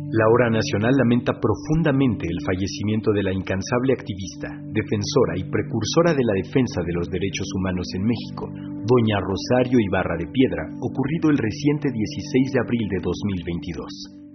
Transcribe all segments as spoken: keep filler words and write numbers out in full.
La Hora Nacional lamenta profundamente el fallecimiento de la incansable activista, defensora y precursora de la defensa de los derechos humanos en México, doña Rosario Ibarra de Piedra, ocurrido el reciente dieciséis de abril de dos mil veintidós.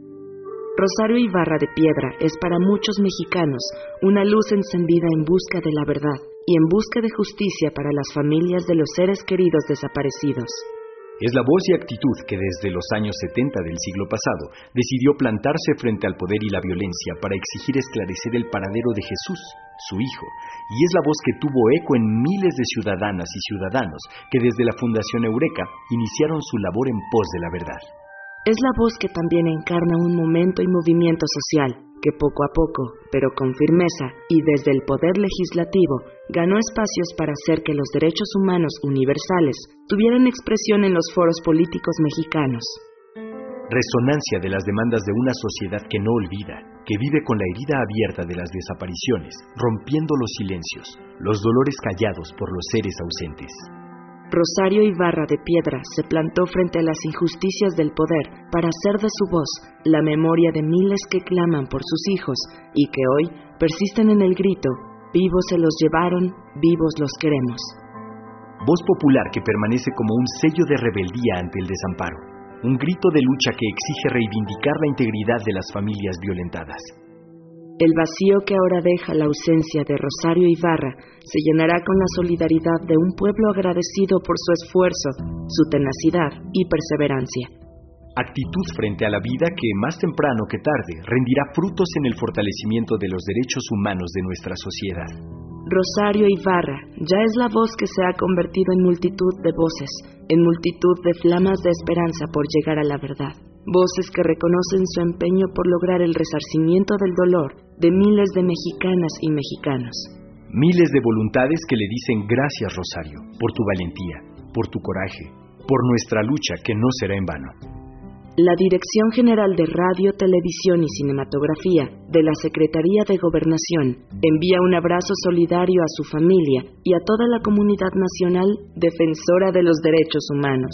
Rosario Ibarra de Piedra es para muchos mexicanos una luz encendida en busca de la verdad y en busca de justicia para las familias de los seres queridos desaparecidos. Es la voz y actitud que desde los años setenta del siglo pasado decidió plantarse frente al poder y la violencia para exigir esclarecer el paradero de Jesús, su hijo, y es la voz que tuvo eco en miles de ciudadanas y ciudadanos que desde la Fundación Eureka iniciaron su labor en pos de la verdad. Es la voz que también encarna un momento y movimiento social que poco a poco, pero con firmeza y desde el poder legislativo, ganó espacios para hacer que los derechos humanos universales tuvieran expresión en los foros políticos mexicanos. Resonancia de las demandas de una sociedad que no olvida, que vive con la herida abierta de las desapariciones, rompiendo los silencios, los dolores callados por los seres ausentes. Rosario Ibarra de Piedra se plantó frente a las injusticias del poder para hacer de su voz la memoria de miles que claman por sus hijos y que hoy persisten en el grito: vivos se los llevaron, vivos los queremos. Voz popular que permanece como un sello de rebeldía ante el desamparo, un grito de lucha que exige reivindicar la integridad de las familias violentadas. El vacío que ahora deja la ausencia de Rosario Ibarra se llenará con la solidaridad de un pueblo agradecido por su esfuerzo, su tenacidad y perseverancia. Actitud frente a la vida que, más temprano que tarde, rendirá frutos en el fortalecimiento de los derechos humanos de nuestra sociedad. Rosario Ibarra ya es la voz que se ha convertido en multitud de voces, en multitud de flamas de esperanza por llegar a la verdad. Voces que reconocen su empeño por lograr el resarcimiento del dolor de miles de mexicanas y mexicanos. Miles de voluntades que le dicen gracias, Rosario, por tu valentía, por tu coraje, por nuestra lucha que no será en vano. La Dirección General de Radio, Televisión y Cinematografía de la Secretaría de Gobernación envía un abrazo solidario a su familia y a toda la comunidad nacional defensora de los derechos humanos.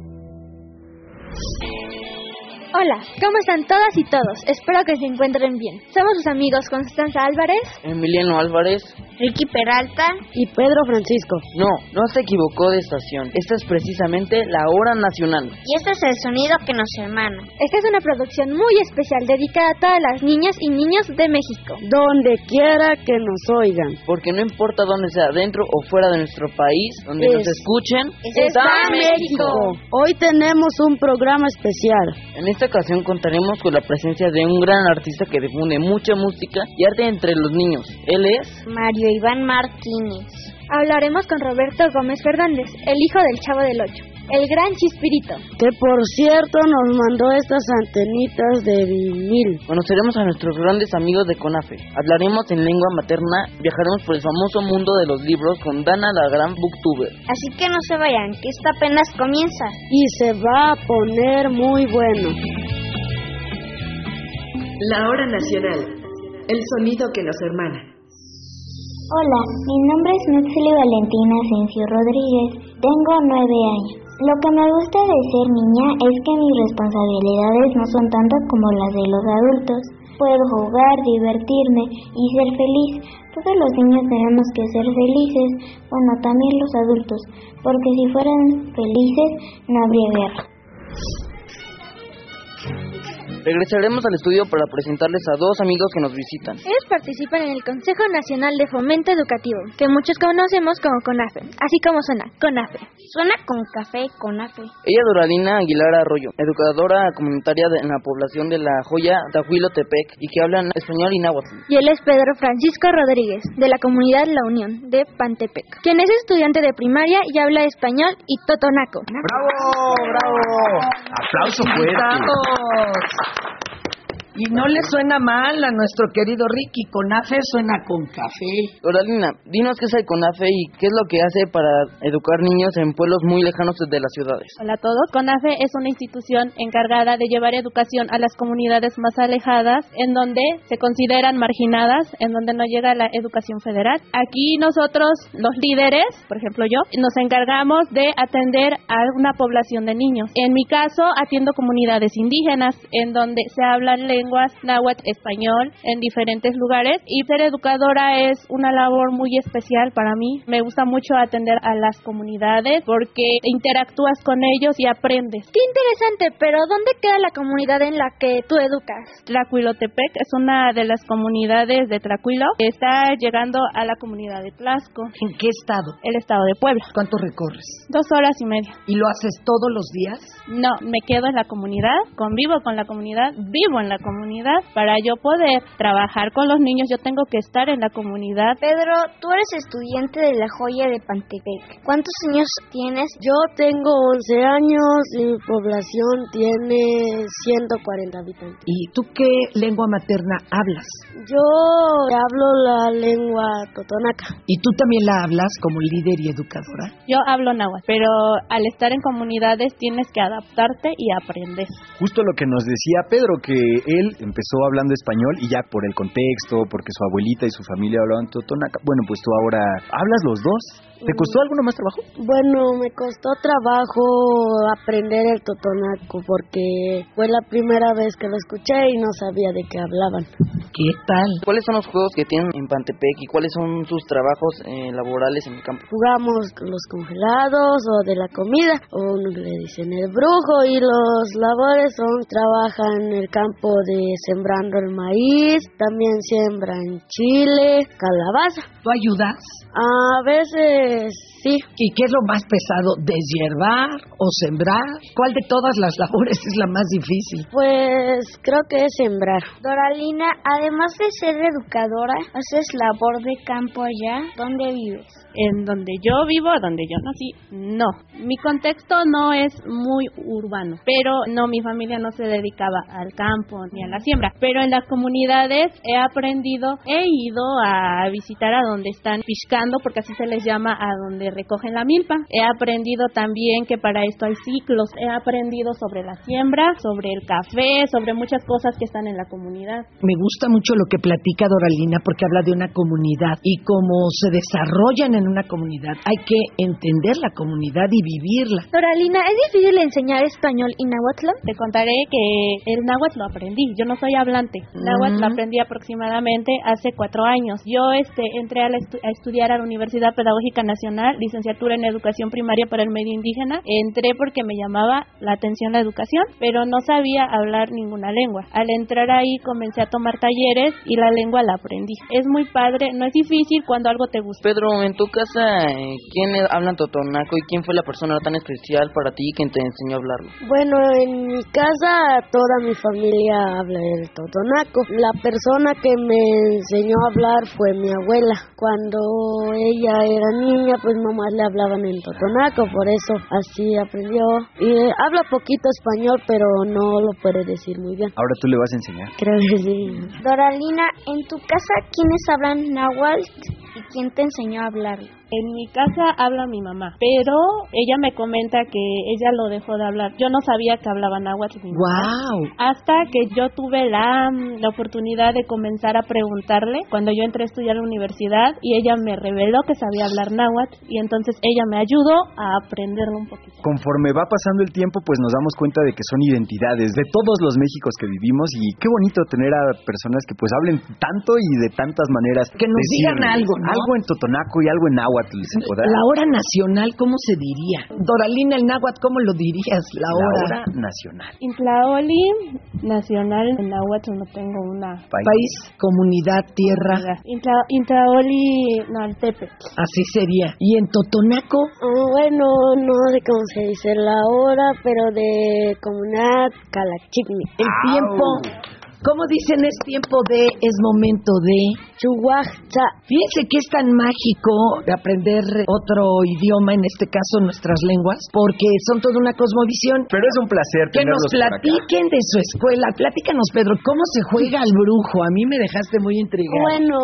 Hola, ¿cómo están todas y todos? Espero que se encuentren bien. Somos sus amigos Constanza Álvarez, Emiliano Álvarez, Ricky Peralta y Pedro Francisco. No, no se equivocó de estación. Esta es precisamente la Hora Nacional. Y este es el sonido que nos hermana. Esta es una producción muy especial dedicada a todas las niñas y niños de México. Donde quiera que nos oigan. Porque no importa dónde sea, dentro o fuera de nuestro país, donde es, nos escuchen, ¡está México! Hoy tenemos un programa especial. En esta ocasión contaremos con la presencia de un gran artista que difunde mucha música y arte entre los niños. Él es Mario Iván Martínez. Hablaremos con Roberto Gómez Fernández, el hijo del Chavo del Ocho, el gran Chispirito, que por cierto nos mandó estas antenitas de vinil. Conoceremos a nuestros grandes amigos de CONAFE. Hablaremos en lengua materna, viajaremos por el famoso mundo de los libros con Dana, la gran booktuber. Así que no se vayan, que esto apenas comienza. Y se va a poner muy bueno. La Hora Nacional, el sonido que nos hermana. Hola, mi nombre es Nuxeli Valentina Asensio Rodríguez, tengo nueve años. Lo que me gusta de ser niña es que mis responsabilidades no son tantas como las de los adultos. Puedo jugar, divertirme y ser feliz. Todos los niños tenemos que ser felices, bueno, también los adultos, porque si fueran felices no habría guerra. Regresaremos al estudio para presentarles a dos amigos que nos visitan. Ellos participan en el Consejo Nacional de Fomento Educativo, que muchos conocemos como CONAFE, así como suena, CONAFE. Suena con café, CONAFE. Ella es Doralina Aguilar Arroyo, educadora comunitaria de, en la población de La Joya, Tahuilotepec, y que habla español y náhuatl. Y él es Pedro Francisco Rodríguez, de la comunidad La Unión, de Pantepec, quien es estudiante de primaria y habla español y totonaco. ¡Bravo, bravo! ¡Aplauso fuerte! Y no le suena mal a nuestro querido Ricky, CONAFE suena con café. Doralina, dinos qué es el CONAFE y qué es lo que hace para educar niños en pueblos muy lejanos de las ciudades. Hola a todos, CONAFE es una institución encargada de llevar educación a las comunidades más alejadas, en donde se consideran marginadas, en donde no llega la educación federal. Aquí nosotros, los líderes, por ejemplo yo, nos encargamos de atender a una población de niños. En mi caso, atiendo comunidades indígenas, en donde se hablan lenguas lenguas, náhuatl, español, en diferentes lugares. Y ser educadora es una labor muy especial para mí. Me gusta mucho atender a las comunidades porque interactúas con ellos y aprendes. Qué interesante, pero ¿dónde queda la comunidad en la que tú educas? Tlacuilotepec es una de las comunidades de Tlacuilo que está llegando a la comunidad de Tlaxco. ¿En qué estado? El estado de Puebla. ¿Cuánto recorres? Dos horas y media. ¿Y lo haces todos los días? No, me quedo en la comunidad, convivo con la comunidad, vivo en la comunidad. Para yo poder trabajar con los niños, yo tengo que estar en la comunidad. Pedro, tú eres estudiante de la Joya de Pantepec. ¿Cuántos años tienes? Yo tengo once años y mi población tiene ciento cuarenta habitantes. ¿Y tú qué lengua materna hablas? Yo hablo la lengua totonaca. ¿Y tú también la hablas como líder y educadora? Yo hablo náhuatl, pero al estar en comunidades tienes que adaptarte y aprender. Justo lo que nos decía Pedro, que él empezó hablando español y ya por el contexto, porque su abuelita y su familia hablaban totonaca. Bueno, pues tú ahora hablas los dos. ¿Te costó alguno más trabajo? Bueno, me costó trabajo aprender el totonaco porque fue la primera vez que lo escuché y no sabía de qué hablaban. ¿Qué tal? ¿Cuáles son los juegos que tienen en Pantepec y cuáles son sus trabajos eh, laborales en el campo? Jugamos con los congelados o de la comida, o uno le dicen el brujo, y los labores son, trabajan en el campo de sembrando el maíz, también siembran chile, calabaza. ¿Tú ayudas? A veces sí. ¿Y qué es lo más pesado? ¿Deshiervar o sembrar? ¿Cuál de todas las labores es la más difícil? Pues creo que es sembrar. Doralina, además de ser educadora, ¿haces labor de campo allá? ¿Dónde vives? En donde yo vivo, donde yo nací, no. Mi contexto no es muy urbano, pero no, mi familia no se dedicaba al campo ni a la siembra. Pero en las comunidades he aprendido, he ido a visitar a donde están piscando, porque así se les llama a donde recogen la milpa. He aprendido también que para esto hay ciclos. He aprendido sobre la siembra, sobre el café, sobre muchas cosas que están en la comunidad. Me gusta mucho lo que platica Doralina porque habla de una comunidad y cómo se desarrollan en una comunidad. Hay que entender la comunidad y vivirla. Doralina, ¿es difícil enseñar español y náhuatl? Te contaré que el náhuatl lo aprendí. Yo no soy hablante. Mm. Náhuatl lo aprendí aproximadamente hace cuatro años. Yo este entré a, la estu- a estudiar a la Universidad Pedagógica Nacional, licenciatura en Educación Primaria para el Medio Indígena. Entré porque me llamaba la atención la educación, pero no sabía hablar ninguna lengua. Al entrar ahí comencé a tomar talleres y la lengua la aprendí. Es muy padre, no es difícil cuando algo te gusta. Pedro, en tu casa, ¿quién habla totonaco y quién fue la persona tan especial para ti que te enseñó a hablarlo? Bueno, en mi casa toda mi familia habla el totonaco. La persona que me enseñó a hablar fue mi abuela. Cuando ella era niña, pues nomás le hablaban en totonaco, por eso así aprendió. Y eh, habla poquito español, pero no lo puede decir muy bien. Ahora tú le vas a enseñar. Creo que sí. Doralina, en tu casa, ¿quiénes hablan náhuatl y quién te enseñó a hablarlo? En mi casa habla mi mamá, pero ella me comenta que ella lo dejó de hablar. Yo no sabía que hablaba náhuatl mi mamá. Wow. Hasta que yo tuve la, la oportunidad de comenzar a preguntarle cuando yo entré a estudiar a la universidad y ella me reveló que sabía hablar náhuatl y entonces ella me ayudó a aprenderlo un poquito. Conforme va pasando el tiempo, pues nos damos cuenta de que son identidades de todos los Méxicos que vivimos y qué bonito tener a personas que pues hablen tanto y de tantas maneras. Que nos digan algo, ¿no? Algo en totonaco y algo en náhuatl. ¿Se podrá? La hora nacional, ¿cómo se diría? Doralina, el náhuatl, ¿cómo lo dirías? La hora, la hora nacional. Intlaoli, nacional, en náhuatl no tengo una. País, País comunidad, tierra. Intla, Intlaoli, Naltepec. Así sería. ¿Y en totonaco? Oh, bueno, no sé cómo se dice la hora, pero de comunidad Calachigni. El Au. tiempo. ¿Cómo dicen es tiempo de, es momento de? Chuhuachza. Fíjense que es tan mágico aprender otro idioma, en este caso nuestras lenguas, porque son toda una cosmovisión. Pero es un placer que nos tenerlos por acá. platiquen de su escuela. Platícanos, Pedro, ¿cómo se juega al brujo? A mí me dejaste muy intrigado. Bueno,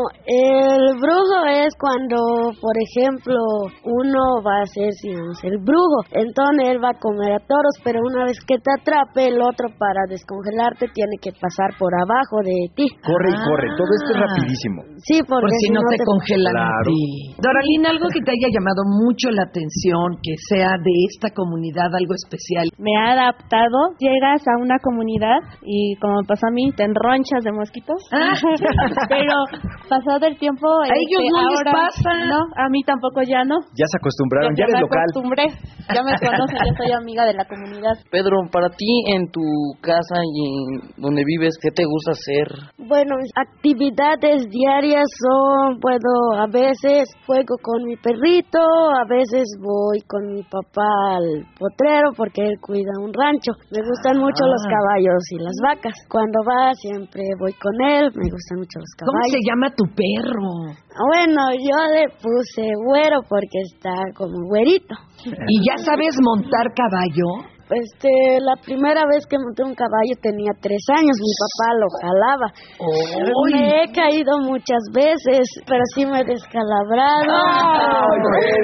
el brujo es cuando, por ejemplo, uno va a ser, digamos, el brujo. Entonces él va a comer a toros, pero una vez que te atrape, el otro para descongelarte tiene que pasar por abajo de ti. Corre y Ah. corre, todo esto es rapidísimo. Sí, porque por si no, no te, te congelan claro. a ti. Doralina, algo que te haya llamado mucho la atención, que sea de esta comunidad algo especial. Me ha adaptado. Llegas a una comunidad y como pasó a mí, te enronchas de mosquitos. Ah. Pero pasado el tiempo... A este, ellos no ahora, les pasa. No, a mí tampoco ya no. Ya se acostumbraron, ya, ya, ya eres me local. acostumbré. Ya me conocen, ya soy amiga de la comunidad. Pedro, para ti en tu casa y en donde vives, ¿qué te gusta hacer? Bueno, mis actividades diarias son, puedo, a veces juego con mi perrito, a veces voy con mi papá al potrero porque él cuida un rancho. Me gustan mucho ah. los caballos y las vacas. Cuando va siempre voy con él, me gustan mucho los caballos. ¿Cómo se llama tu perro? Bueno, yo le puse güero porque está como güerito. ¿Y ya sabes montar caballo? Este, la primera vez que monté un caballo tenía tres años, mi papá lo jalaba. Oh, me he caído muchas veces, pero sí me he descalabrado. ¡Ay,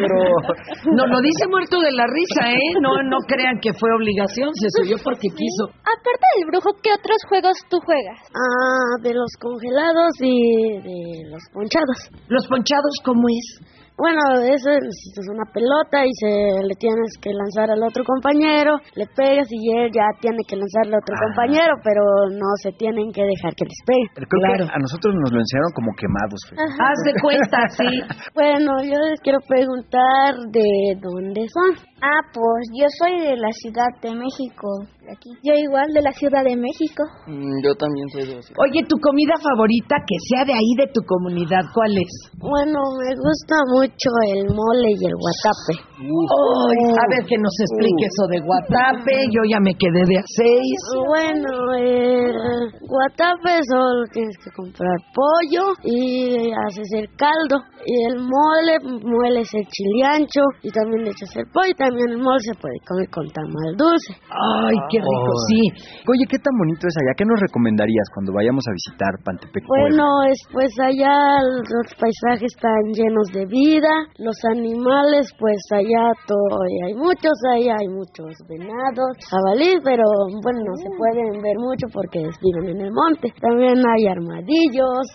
Pedro! No, lo dice muerto de la risa, ¿eh? No, no crean que fue obligación, se subió porque quiso. Aparte del brujo, ¿qué otros juegos tú juegas? Ah, de los congelados y de los ponchados. ¿Los ponchados cómo es? Bueno, eso necesitas una pelota y se le tienes que lanzar al otro compañero, le pegas y él ya tiene que lanzarle a otro ah. compañero, pero no se tienen que dejar que les pegue. Creo claro. que a nosotros nos lo enseñaron como quemados. Haz de cuenta, sí. Bueno, yo les quiero preguntar de dónde son. Ah, pues yo soy de la Ciudad de México, de aquí. Yo igual, de la Ciudad de México. Mm, yo también soy de la ciudad. Oye, ¿tu comida favorita que sea de ahí, de tu comunidad, cuál es? Bueno, me gusta mucho el mole y el guatape. Uh, oh, a ver, que nos explique uh, eso de guatape, yo ya me quedé de a seis. Bueno, el guatape solo tienes que comprar pollo y haces el caldo. Y el mole, mueles el chile ancho y también le echas el pollo. Y también el mole se puede comer con tamal dulce. Ay, qué rico, oh. sí. Oye, ¿qué tan bonito es allá? ¿Qué nos recomendarías cuando vayamos a visitar Pantepec? Bueno, es, pues allá los paisajes están llenos de vida. Los animales, pues allá todo, hay muchos, allá hay muchos venados, jabalíes, pero bueno, no se pueden ver mucho porque viven en el monte. También hay armadillos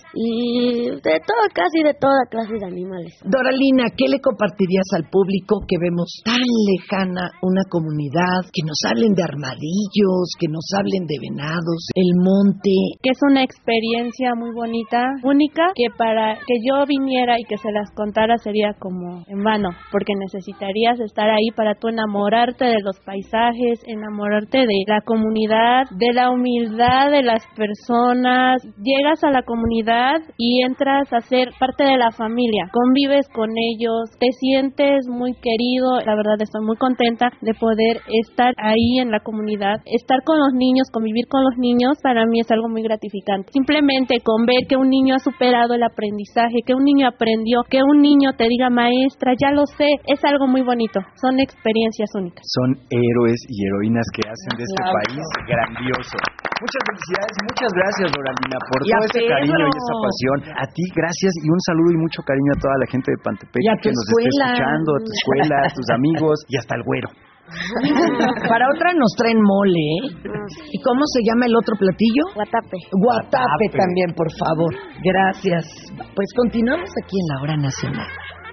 y de todo, casi de toda clase de animales. Doralina, ¿qué le compartirías al público que vemos tan lejana una comunidad, que nos hablen de armadillos, que nos hablen de venados, el monte? Que es una experiencia muy bonita, única, que para que yo viniera y que se las contara sería como en vano, porque necesitarías estar ahí para tú enamorarte de los paisajes, enamorarte de la comunidad, de la humildad de las personas. Llegas a la comunidad y entras a ser parte de la familia, convives con ellos, te sientes muy querido. La verdad estoy muy contenta de poder estar ahí en la comunidad, estar con los niños, convivir con los niños, para mí es algo muy gratificante. Simplemente con ver que un niño ha superado el aprendizaje, que un niño aprendió, que un niño te diga maestra, ya lo sé, es algo muy bonito, son experiencias únicas. Son héroes y heroínas que hacen de este claro. país grandioso. Muchas felicidades, muchas gracias Doralina por y todo este Pedro. cariño y esa pasión. A ti gracias y un saludo y mucho cariño a toda la gente de Pantepec que nos escuela. está escuchando, a tu escuela, a tus amigos y hasta el güero. Para otra nos traen mole, ¿eh? ¿Y cómo se llama el otro platillo? Guatape. Guatape también, por favor. Gracias. Pues continuamos aquí en la Hora Nacional.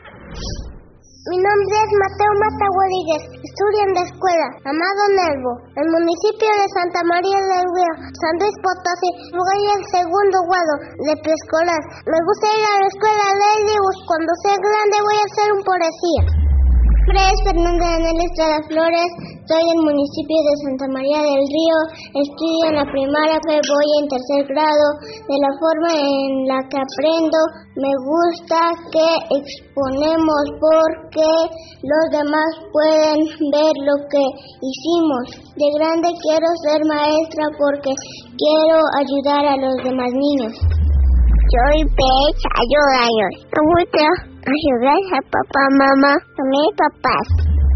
Mi nombre es Mateo Mata Rodríguez, estudio en la escuela Amado Nervo, el municipio de Santa María del Río, San Luis Potosí. Voy al segundo grado de preescolar. Me gusta ir a la escuela a leer libros. Cuando sea grande voy a hacer un poesía. Mi nombre es Fernanda Daniel Estrada Flores, soy del municipio de Santa María del Río, estudio en la primaria, que voy en tercer grado. De la forma en la que aprendo, me gusta que exponemos porque los demás pueden ver lo que hicimos. De grande quiero ser maestra porque quiero ayudar a los demás niños. Soy Pech, ayúdanos. Me gusta ayudar a papá, mamá, a mis papás.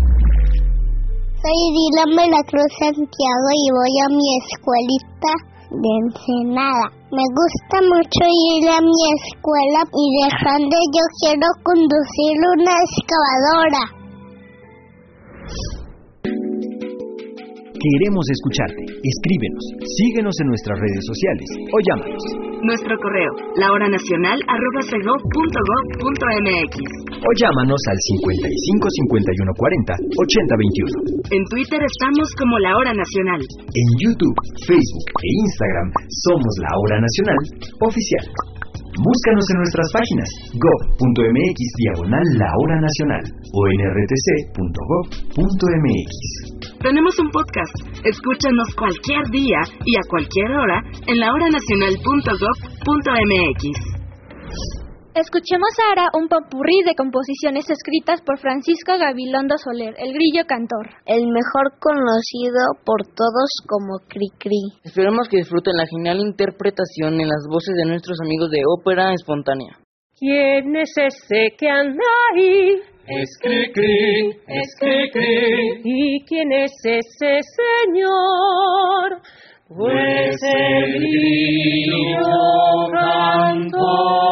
Soy Dylan de la Cruz Santiago y voy a mi escuelita de Ensenada. Me gusta mucho ir a mi escuela y de grande yo quiero conducir una excavadora. Queremos escucharte. Escríbenos, síguenos en nuestras redes sociales o llámanos. Nuestro correo, lahoranacional arroba segov punto gov punto mx. O llámanos al cincuenta y cinco cincuenta y uno cuarenta ochenta veintiuno. En Twitter estamos como La Hora Nacional. En YouTube, Facebook e Instagram somos La Hora Nacional Oficial. Búscanos en nuestras páginas gov.mx diagonal La Hora Nacional o en r t c punto gov punto mx. Tenemos un podcast. Escúchanos cualquier día y a cualquier hora en lahoranacional punto gov punto mx. Escuchemos ahora un popurrí de composiciones escritas por Francisco Gabilondo Soler, el grillo cantor. El mejor conocido por todos como Cricri. Esperamos que disfruten la genial interpretación en las voces de nuestros amigos de Ópera Espontánea. ¿Quién es ese que anda ahí? Es Cricri, es Cricri. ¿Y quién es ese señor? Pues el grillo cantor.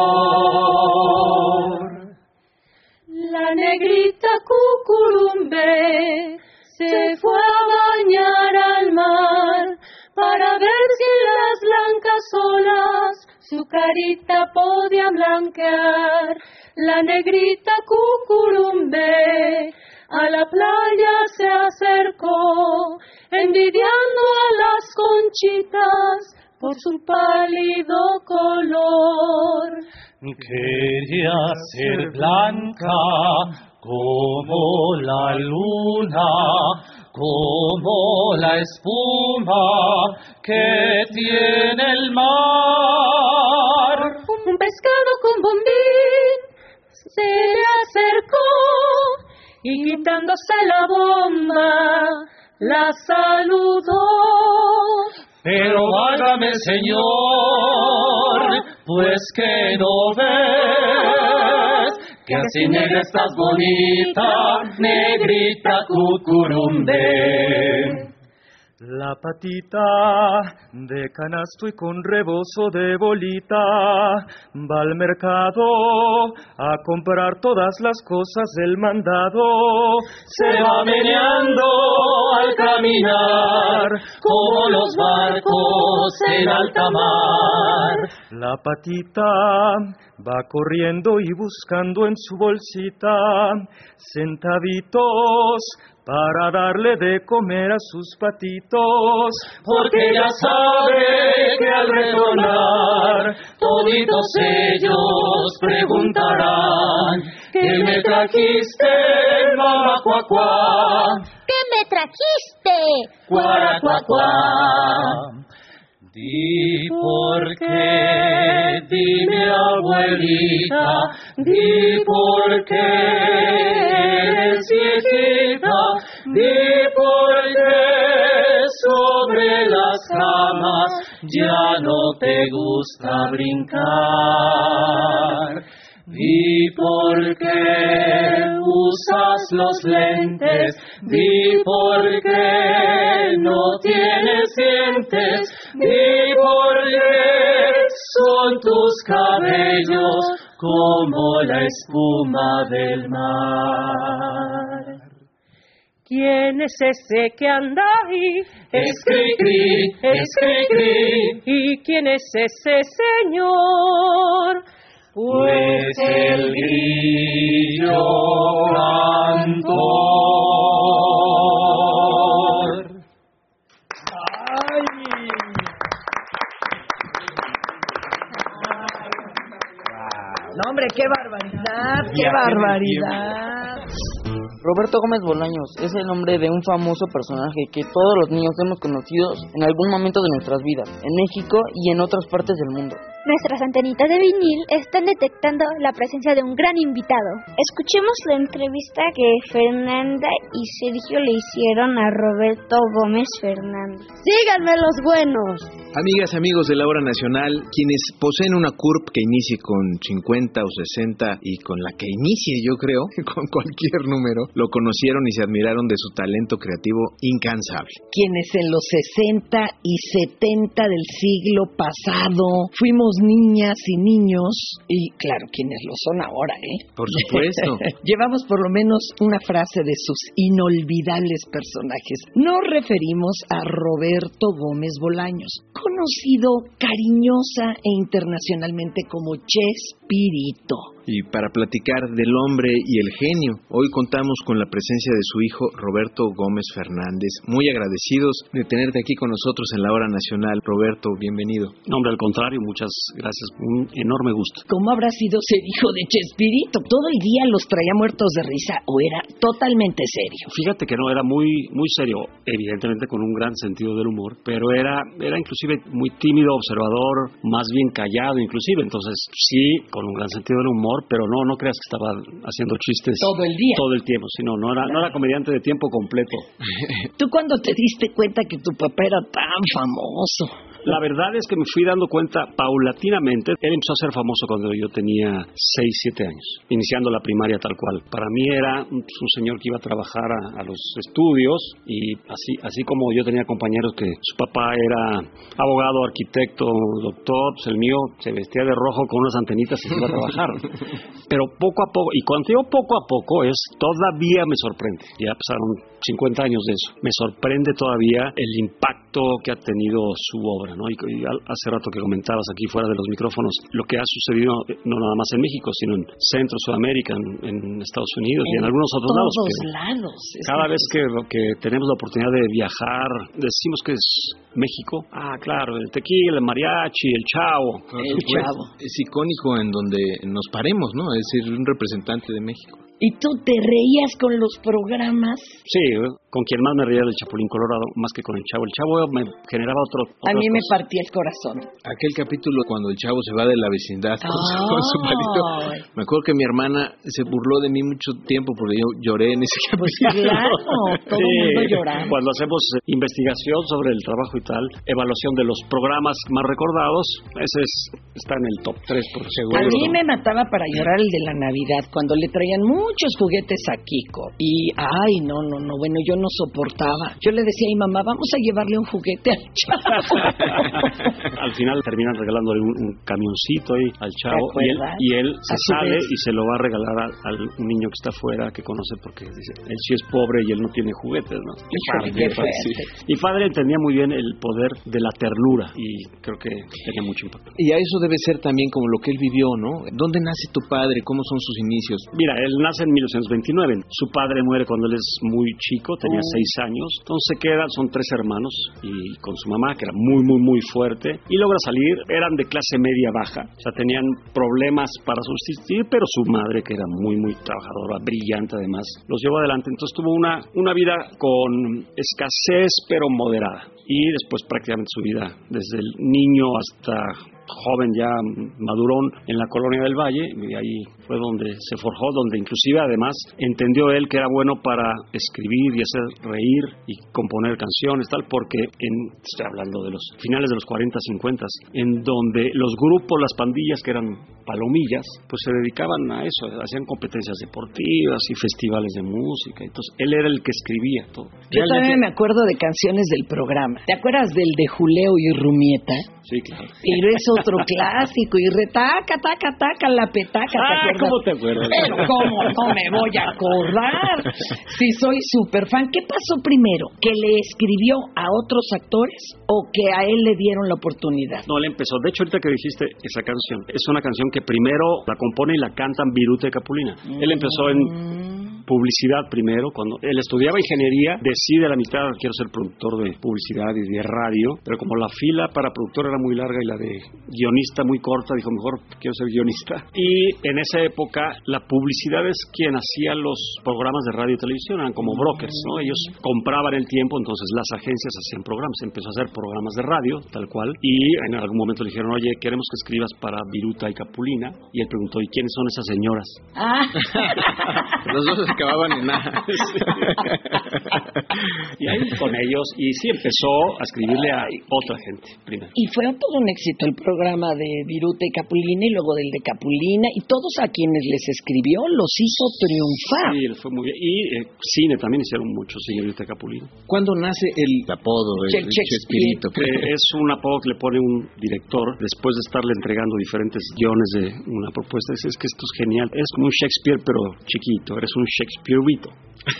La negrita Cucurumbe se fue a bañar al mar para ver si en las blancas olas su carita podía blanquear. La negrita Cucurumbe a la playa se acercó, envidiando a las conchitas por su pálido color. Quería ser blanca como la luna, como la espuma que tiene el mar. Un pescado con bombín se le acercó y quitándose la bomba la saludó. Pero válgame, señor, pues que no ves que así negra estás bonita, negrita Cucurumbe. La patita de canasto y con rebozo de bolita va al mercado a comprar todas las cosas del mandado. Se va meneando al caminar como los barcos en alta mar. La patita va corriendo y buscando en su bolsita centavitos para darle de comer a sus patitos, porque ya sabe que al retornar toditos ellos preguntarán: ¿qué me trajiste, mamá cuacuá? ¿Qué me trajiste? Cuara cuacuá. Di por qué, dime abuelita, di por qué eres viejita, di por qué sobre las camas ya no te gusta brincar. Di por qué usas los lentes, di por qué no tienes dientes, di por qué son tus cabellos como la espuma del mar. ¿Quién es ese que anda ahí? Es Cricri, es Cricri. ¿Y quién es ese señor? Pues el grillo cantor. ¡Ay! No, hombre, qué barbaridad, qué barbaridad. Roberto Gómez Bolaños es el nombre de un famoso personaje que todos los niños hemos conocido en algún momento de nuestras vidas, en México y en otras partes del mundo. Nuestras antenitas de vinil están detectando la presencia de un gran invitado. Escuchemos la entrevista que Fernanda y Sergio le hicieron a Roberto Gómez Fernández. ¡Síganme los buenos! Amigas, amigos de la Hora Nacional, quienes poseen una C U R P que inicie con cincuenta o sesenta y con la que inicie, yo creo, con cualquier número, lo conocieron y se admiraron de su talento creativo incansable. Quienes en los sesenta y setenta del siglo pasado fuimos niñas y niños, y claro, quienes lo son ahora, ¿eh? Por supuesto. Llevamos por lo menos una frase de sus inolvidables personajes. Nos referimos a Roberto Gómez Bolaños, conocido cariñosa e internacionalmente como Chespirito. Y para platicar del hombre y el genio, hoy contamos con la presencia de su hijo Roberto Gómez Fernández. Muy agradecidos de tenerte aquí con nosotros en la Hora Nacional. Roberto, bienvenido. No, hombre, al contrario, muchas gracias. Un enorme gusto. ¿Cómo habrá sido ser hijo de Chespirito? ¿Todo el día los traía muertos de risa o era totalmente serio? Fíjate que no, era muy muy serio, evidentemente con un gran sentido del humor, pero era, era inclusive muy tímido, observador, más bien callado inclusive. Entonces, sí, con un gran sentido del humor, pero no, no creas que estaba haciendo chistes todo el día, todo el tiempo, sino no era, no era comediante de tiempo completo. ¿Tú cuándo te diste cuenta que tu papá era tan famoso? La verdad es que me fui dando cuenta paulatinamente. Él empezó a ser famoso cuando yo tenía seis, siete años, iniciando la primaria tal cual. Para mí era un, un señor que iba a trabajar a, a los estudios y así, así como yo tenía compañeros que su papá era abogado, arquitecto, doctor, pues el mío se vestía de rojo con unas antenitas y se iba a trabajar. Pero poco a poco, y cuando digo poco a poco es, todavía me sorprende. Ya pasaron cincuenta años de eso. Me sorprende todavía el impacto que ha tenido su obra, ¿no? Y, y hace rato que comentabas aquí fuera de los micrófonos lo que ha sucedido no nada más en México, sino en Centro, Sudamérica, en, en Estados Unidos en y en algunos otros lados. En todos lados. Cada vez que, que tenemos la oportunidad de viajar, decimos que es México. Ah, claro, el tequila, el mariachi, el chavo. El chavo. Es icónico en donde nos paremos, ¿no? Es decir, un representante de México. ¿Y tú te reías con los programas? Sí, con quien más me reía del Chapulín Colorado, más que con el Chavo. El Chavo me generaba otro... A mí me cosas. partía el corazón. Aquel capítulo cuando el Chavo se va de la vecindad con, su, con su palito. Me acuerdo que mi hermana se burló de mí mucho tiempo porque yo lloré en ese capítulo. Pues claro, todo el mundo lloraba. Cuando hacemos investigación sobre el trabajo y tal, evaluación de los programas más recordados, ese es, está en el top tres por seguro. A mí me mataba para llorar el de la Navidad, cuando le traían muchos juguetes a Kiko. Y, ay, no, no, no, bueno, yo no soportaba. Yo le decía a mi mamá, vamos a llevarle un juguete al Chavo. Al final terminan regalándole un, un camioncito ahí al Chavo y él, y él se sale vez. y se lo va a regalar a, a un niño que está afuera, que conoce porque dice, él sí es pobre y él no tiene juguetes, ¿no? Y padre, qué padre, sí. Y padre entendía muy bien el poder de la ternura y creo que tenía mucho impacto. Y a eso debe ser también como lo que él vivió, ¿no? ¿Dónde nace tu padre? ¿Cómo son sus inicios? Mira, él nace en mil novecientos veintinueve. Su padre muere cuando él es muy chico, tenía oh. seis años. Entonces se quedan, son tres hermanos y con su mamá, que era muy, muy, muy fuerte. Y logra salir, eran de clase media baja. O sea, tenían problemas para subsistir, pero su madre, que era muy, muy trabajadora, brillante además, los llevó adelante. Entonces tuvo una, una vida con escasez, pero moderada. Y después prácticamente su vida, desde el niño hasta joven ya madurón en la Colonia del Valle, y ahí fue donde se forjó, donde inclusive además entendió él que era bueno para escribir y hacer reír y componer canciones, tal, porque en, estoy hablando de los finales de los cuarenta, cincuenta, en donde los grupos, las pandillas que eran palomillas, pues se dedicaban a eso, hacían competencias deportivas y festivales de música, entonces él era el que escribía todo. Yo también me acuerdo de canciones del programa. ¿Te acuerdas del de Juleo y Rumieta? Sí, claro. Pero es otro clásico, y retaca, taca, taca, la petaca, ah, ¿te ¿cómo te acuerdas? Pero cómo no me voy a acordar, si soy súper fan. ¿Qué pasó primero? ¿Que le escribió a otros actores o que a él le dieron la oportunidad? No, él empezó, de hecho ahorita que dijiste esa canción, es una canción que primero la compone y la cantan Viruta y Capulina. Mm. Él empezó en publicidad primero, cuando él estudiaba ingeniería, decide a la mitad, quiero ser productor de publicidad y de radio, pero como la fila para productor era muy larga y la de guionista muy corta, dijo, mejor quiero ser guionista. Y en esa época la publicidad es quien hacía los programas de radio y televisión, eran como brokers, ¿no? Ellos compraban el tiempo, entonces las agencias hacían programas, empezó a hacer programas de radio, tal cual, y en algún momento le dijeron, oye, queremos que escribas para Viruta y Capulina, y él preguntó, ¿y quiénes son esas señoras? Ah. Los dos acababan en A. Y ahí con ellos, y sí empezó a escribirle a otra gente primero. Y fue todo un éxito el programa de Viruta y Capulina, y luego del de Capulina, y todos a quienes les escribió los hizo triunfar. Sí, fue muy bien. Y eh, cine también hicieron mucho, cine Viruta y Capulina. ¿Cuándo nace el apodo, el Chespirito? Eh, es un apodo que le pone un director después de estarle entregando diferentes guiones de una propuesta. Es, es que esto es genial. Es como un Shakespeare, pero chiquito. Eres un Shakespeareito.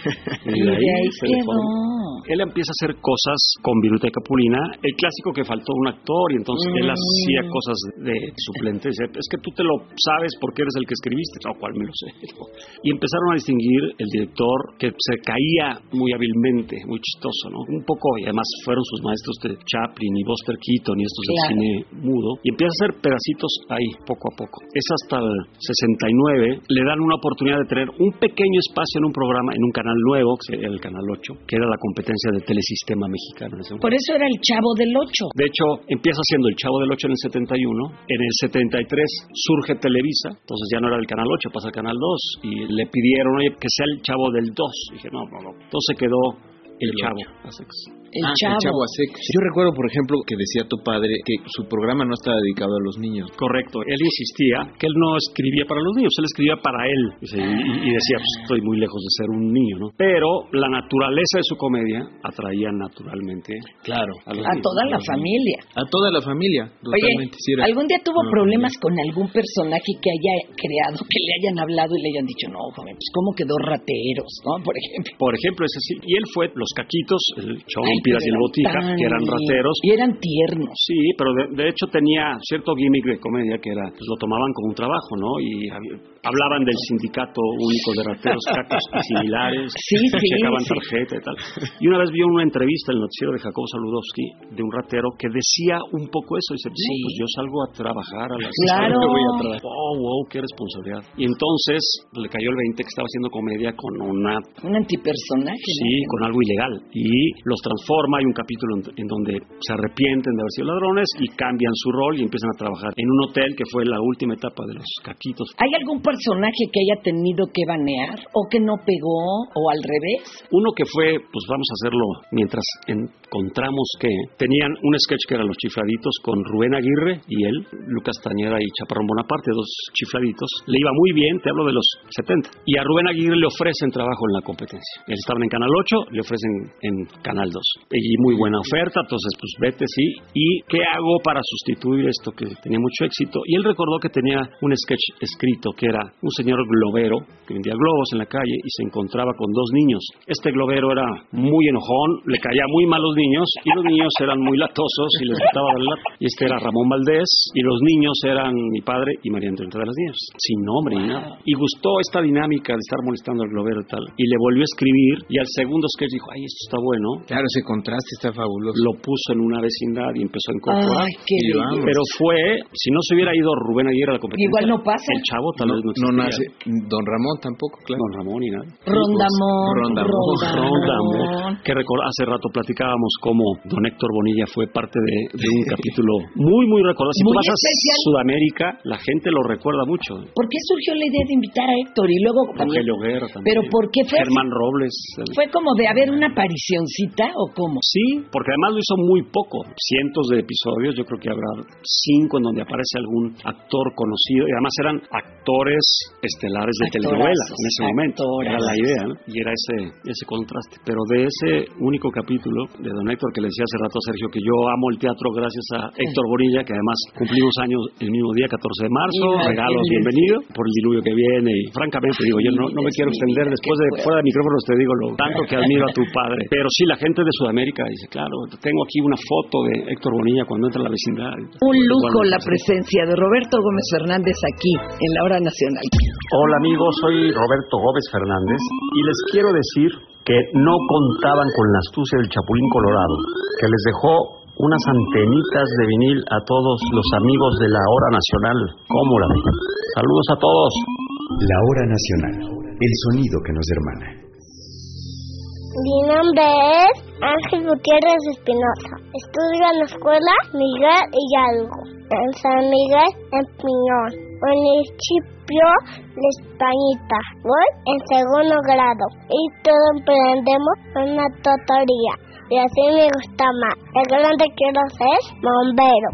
Y de ahí, ahí quedó. Él empieza a hacer cosas con Viruta y Capulina, el clásico que faltó un actor, y entonces mm. él hacía cosas de suplente. Dice, es que tú te lo sabes porque eres el que escribiste, no, cual me lo sé. Y empezaron a distinguir el director, que se caía muy hábilmente, muy chistoso, ¿no? Un poco, y además fueron sus maestros de Chaplin y Buster Keaton y estos claro. del cine mudo, y empieza a hacer pedacitos ahí, poco a poco. Es hasta el sesenta y nueve, le dan una oportunidad de tener un pequeño espacio en un programa, en un canal nuevo, que sería el Canal ocho, que era la competencia de Telesistema Mexicano. Por eso era el Chavo del ocho. De hecho, empieza siendo el Chavo del ocho en el setenta y uno, en el setenta y tres surge Televisa, entonces ya no era el Canal ocho, pasa al Canal dos, y le pidieron, oye, que sea el Chavo del dos. Dije, no, no, no. Entonces quedó el, el Chavo. El, ah, chavo. el Chavo a secas. Yo recuerdo, por ejemplo, que decía tu padre que su programa no estaba dedicado a los niños. Correcto. Él insistía que él no escribía para los niños, él escribía para él. Y, y decía, pues estoy muy lejos de ser un niño, ¿no? Pero la naturaleza de su comedia atraía naturalmente, claro, a, los a niños, toda a la los familia. A toda la familia. Oye, sí era, ¿algún día tuvo no, problemas no, con algún personaje que haya creado, que le hayan hablado y le hayan dicho, no, joven, pues cómo quedó Rateros, ¿no? Por ejemplo. Por ejemplo, ese sí. Y él fue Los Caquitos, el show de Piras y el Botija, que eran rateros. Y eran tiernos. Sí, pero de, de hecho tenía cierto gimmick de comedia que era, pues lo tomaban como un trabajo, ¿no? Y había, hablaban del sindicato único de rateros, cacos y similares. Sí, sí. Checaban sí. tarjeta y tal. Y una vez vi una entrevista en el noticiero de Jacobo Saludowski de un ratero que decía un poco eso. Dice, sí. no, pues yo salgo a trabajar a las... Claro. Voy a trabajar. Oh, wow, qué responsabilidad. Y entonces le cayó el veinte que estaba haciendo comedia con una... Un antipersonaje. Sí, ¿no? Con algo ilegal. Y los transforma. Hay un capítulo en, en donde se arrepienten de haber sido ladrones y cambian su rol y empiezan a trabajar en un hotel que fue la última etapa de Los Caquitos. ¿Hay algún personaje que haya tenido que banear o que no pegó o al revés? Uno que fue, pues vamos a hacerlo mientras encontramos que tenían un sketch que era Los Chifladitos con Rubén Aguirre y él, Lucas Tañeda y Chaparrón Bonaparte, dos chifladitos. Le iba muy bien, te hablo de los setenta. Y a Rubén Aguirre le ofrecen trabajo en la competencia. Ellos estaban en Canal ocho, le ofrecen en Canal dos. Y muy buena oferta, entonces pues vete, sí. ¿Y qué hago para sustituir esto que tenía mucho éxito? Y él recordó que tenía un sketch escrito que era un señor globero que vendía globos en la calle y se encontraba con dos niños. Este globero era muy enojón, le caía muy mal a los niños y los niños eran muy latosos y les gustaba bailar. Y este era Ramón Valdés y los niños eran mi padre y María Antonieta de las Nieves, sin nombre ni nada. Y gustó esta dinámica de estar molestando al globero y tal. Y le volvió a escribir y al segundo sketch dijo, ay, esto está bueno. Claro, ese contraste está fabuloso. Lo puso en una vecindad y empezó a incorporar. Ay, qué y pero fue, si no se hubiera ido Rubén Aguirre a la competencia, igual no pasa. El Chavo tal no, vez no existiría. No nace Don Ramón tampoco, claro. Don Ramón y nada. Rondamón. Rondamón. Rondamón. Que record, hace rato platicábamos cómo Don Héctor Bonilla fue parte de, de un capítulo muy, muy recordado. Si muy tú vas especial. a Sudamérica, la gente lo recuerda mucho. ¿Por qué surgió la idea de invitar a Héctor? Y luego Rogelio Guerra también. Pero ¿por qué fue? Germán Robles. El... ¿Fue como de haber una aparicioncita o cómo? Sí, porque además lo hizo muy poco. Cientos de episodios, yo creo que habrá cinco en donde aparece algún actor conocido. Y además eran actores estelares de Actorazos, telenovela en ese momento. actorazos. Era la idea, ¿no? Y era ese, ese contraste. Pero de ese único capítulo de Don Héctor que le decía hace rato a Sergio que yo amo el teatro gracias a Héctor Bonilla, que además cumplimos años el mismo día, catorce de marzo, regalos, bienvenido, por el diluvio que viene. Y francamente digo, yo no, no me quiero extender después de fuera de micrófonos, te digo lo tanto que admiro a tu padre. Pero sí, la gente de Sudamérica dice, claro, tengo aquí una foto de Héctor Bonilla cuando entra a la vecindad. Un lujo la presencia de Roberto Gómez Fernández aquí en la Hora Nacional. Hola amigos, soy Roberto Gómez Fernández y les quiero decir que no contaban con la astucia del Chapulín Colorado, que les dejó unas antenitas de vinil a todos los amigos de la Hora Nacional. ¿Cómo la ven? Saludos a todos. La Hora Nacional, el sonido que nos hermana. Mi nombre es Ángel Gutiérrez Espinosa. Estudio en la escuela Miguel Hidalgo, en San Miguel, en Piñón, municipio de Españita. Voy en segundo grado y todo emprendemos una tutoría. Y así me gusta más. El grande quiero ser bombero.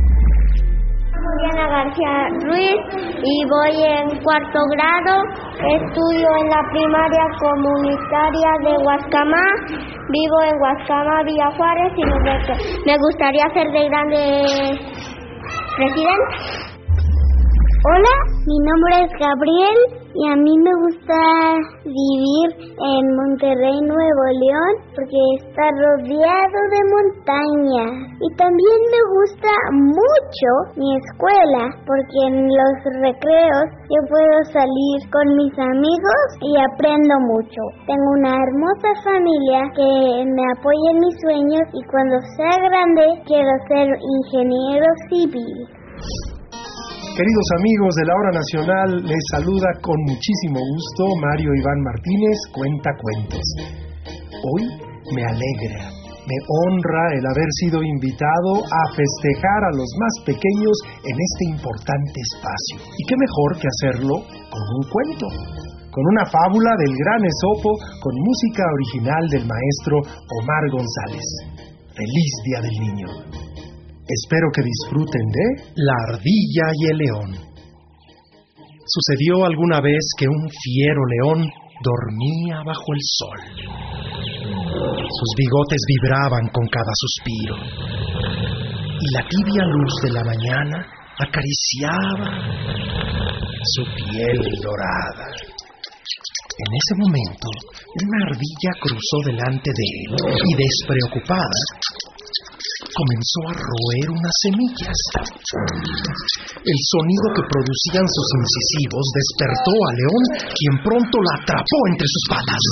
Diana García Ruiz y voy en cuarto grado. Estudio en la primaria comunitaria de Huascamá. Vivo en Huascamá, Villa Juárez y me gustaría ser de grande presidente. Hola, mi nombre es Gabriel y a mí me gusta vivir en Monterrey, Nuevo León, porque está rodeado de montañas. Y también me gusta mucho mi escuela, porque en los recreos yo puedo salir con mis amigos y aprendo mucho. Tengo una hermosa familia que me apoya en mis sueños y cuando sea grande quiero ser ingeniero civil. Queridos amigos de la Hora Nacional, les saluda con muchísimo gusto Mario Iván Martínez, Cuentacuentos. Hoy me alegra, me honra el haber sido invitado a festejar a los más pequeños en este importante espacio. Y qué mejor que hacerlo con un cuento, con una fábula del gran Esopo, con música original del maestro Omar González. ¡Feliz Día del Niño! Espero que disfruten de La ardilla y el león. Sucedió alguna vez que un fiero león dormía bajo el sol. Sus bigotes vibraban con cada suspiro y la tibia luz de la mañana acariciaba su piel dorada. En ese momento, una ardilla cruzó delante de él y despreocupada comenzó a roer unas semillas. El sonido que producían sus incisivos despertó a León, quien pronto la atrapó entre sus patas.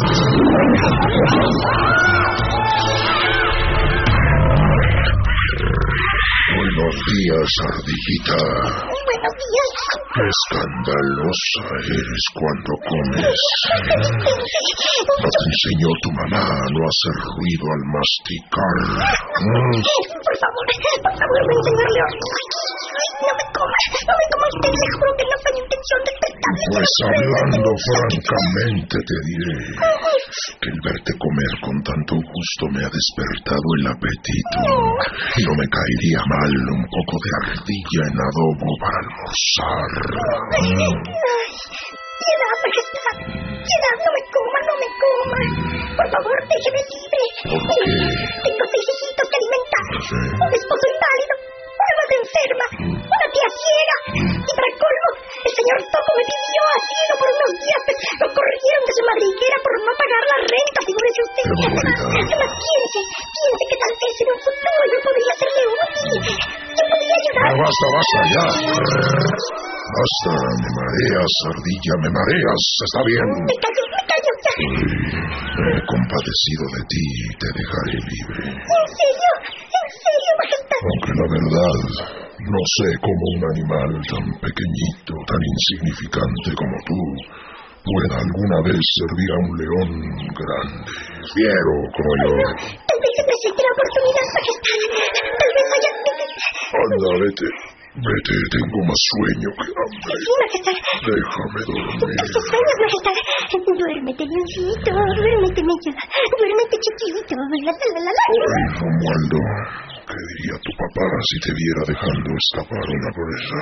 Buenos días, ardillita. Muy buenos días. Qué escandalosa eres cuando comes. No te enseñó tu mamá a no hacer ruido al masticar. ¿Mm? Por favor, por favor, me enseñarle. No me comas, no me comas, te le juro que no fue mi intención despertarle. Pues hablando francamente te diré que el verte comer con tanto gusto me ha despertado el apetito. Y no me caería mal un poco de ardilla en adobo para almorzar. Mm. Piedad, majestad, piedad, no me coma, no me coma. Por favor, déjeme libre. ¿Por qué? Tengo seis hijitos que alimentar, Sí. un esposo inválido, una madre enferma, una tía ciega. Y para colmo, el señor Toco me pidió asilo por unos días, pues lo corrieron de su madriguera por no pagar la renta, figúrese usted. ¡Qué barbaridad! Además, piense, piense que tal vez en un futuro yo podría serle útil. Yo podría ayudar. No, basta, basta, ya. Basta, me mareas, ardilla, me mareas. Está bien. Me callo, me callo, ya. Me he compadecido de ti y te dejaré libre. ¿En serio? ¿En serio, majestad? Aunque la verdad, no sé cómo un animal tan pequeñito, tan insignificante como tú, pueda alguna vez servir a un león grande, fiero como yo. Tal vez se presente la oportunidad, majestad. Tal vez haya... Anda, vete. Vete, tengo más sueño que hambre. Sí, majestad. Déjame dormir. Tus sueños, majestad. Duérmete, leoncito, duérmete, niño. Duérmete, chiquito. La, la, la, la. Ay, Romualdo, ¿qué diría tu papá si te viera dejando escapar una presa?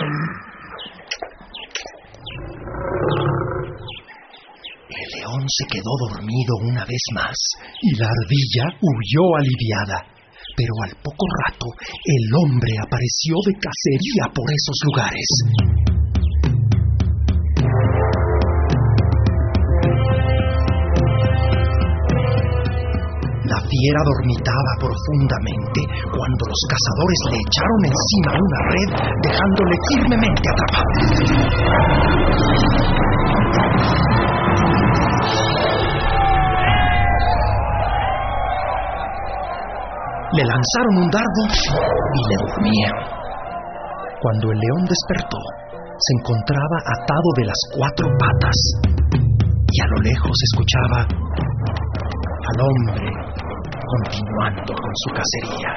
El león se quedó dormido una vez más y la ardilla huyó aliviada. Pero al poco rato, el hombre apareció de cacería por esos lugares. La fiera dormitaba profundamente cuando los cazadores le echaron encima una red, dejándole firmemente atrapado. Le lanzaron un dardo y le durmieron. Cuando el león despertó, se encontraba atado de las cuatro patas y a lo lejos escuchaba: al hombre continuando con su cacería.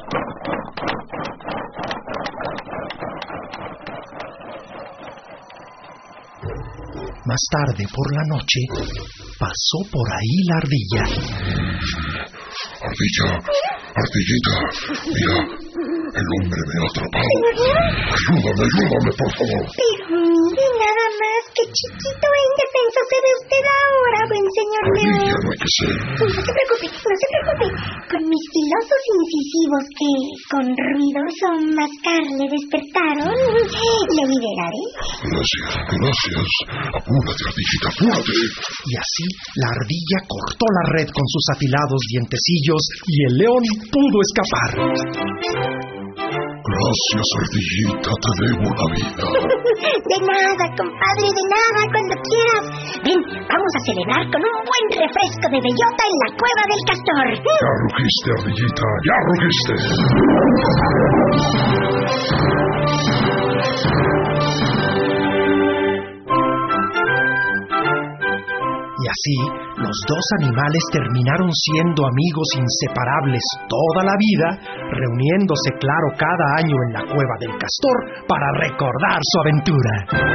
Más tarde, por la noche, pasó por ahí la ardilla. Ardilla, ardillita, mira, el hombre me ha atrapado. Ayúdame, ayúdame, por favor. Pero mire nada más, qué chiquito e indefenso se ve usted ahora, buen señor León. Ardilla, no hay que ser. No se preocupe, no se preocupe. Con mis filosos incisivos que, con ruidoso mascar, le despertaron, le liberaré. Gracias, gracias. Apúrate, ardillita, apúrate. Y así la ardilla cortó la red con sus afilados dientecillos y el león pudo escapar. Gracias, ardillita, te debo la vida. De nada, compadre, de nada, cuando quieras. Ven, vamos a celebrar con un buen refresco de bellota en la cueva del castor. Ya rugiste, ardillita, ya rugiste. Y así, los dos animales terminaron siendo amigos inseparables toda la vida, reuniéndose, claro, cada año en la cueva del castor para recordar su aventura.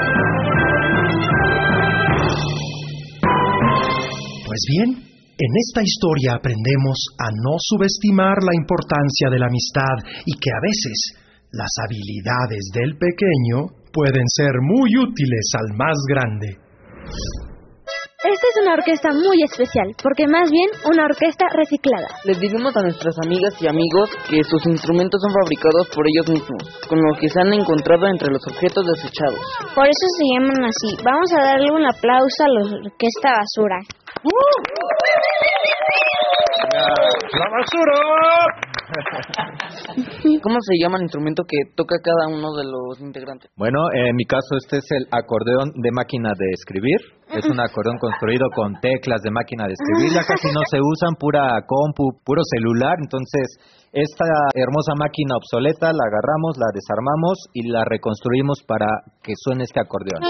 Pues bien, en esta historia aprendemos a no subestimar la importancia de la amistad y que a veces las habilidades del pequeño pueden ser muy útiles al más grande. Esta es una orquesta muy especial, porque más bien una orquesta reciclada. Les diremos a nuestras amigas y amigos que sus instrumentos son fabricados por ellos mismos, con lo que se han encontrado entre los objetos desechados. Por eso se llaman así. Vamos a darle un aplauso a la orquesta basura. ¡Uh! ¡La basura! ¿Cómo se llama el instrumento que toca cada uno de los integrantes? Bueno, en mi caso este es el acordeón de máquina de escribir. Es un acordeón construido con teclas de máquina de escribir. Ya casi no se usan, pura compu, puro celular. Entonces, esta hermosa máquina obsoleta la agarramos, la desarmamos y la reconstruimos para que suene este acordeón.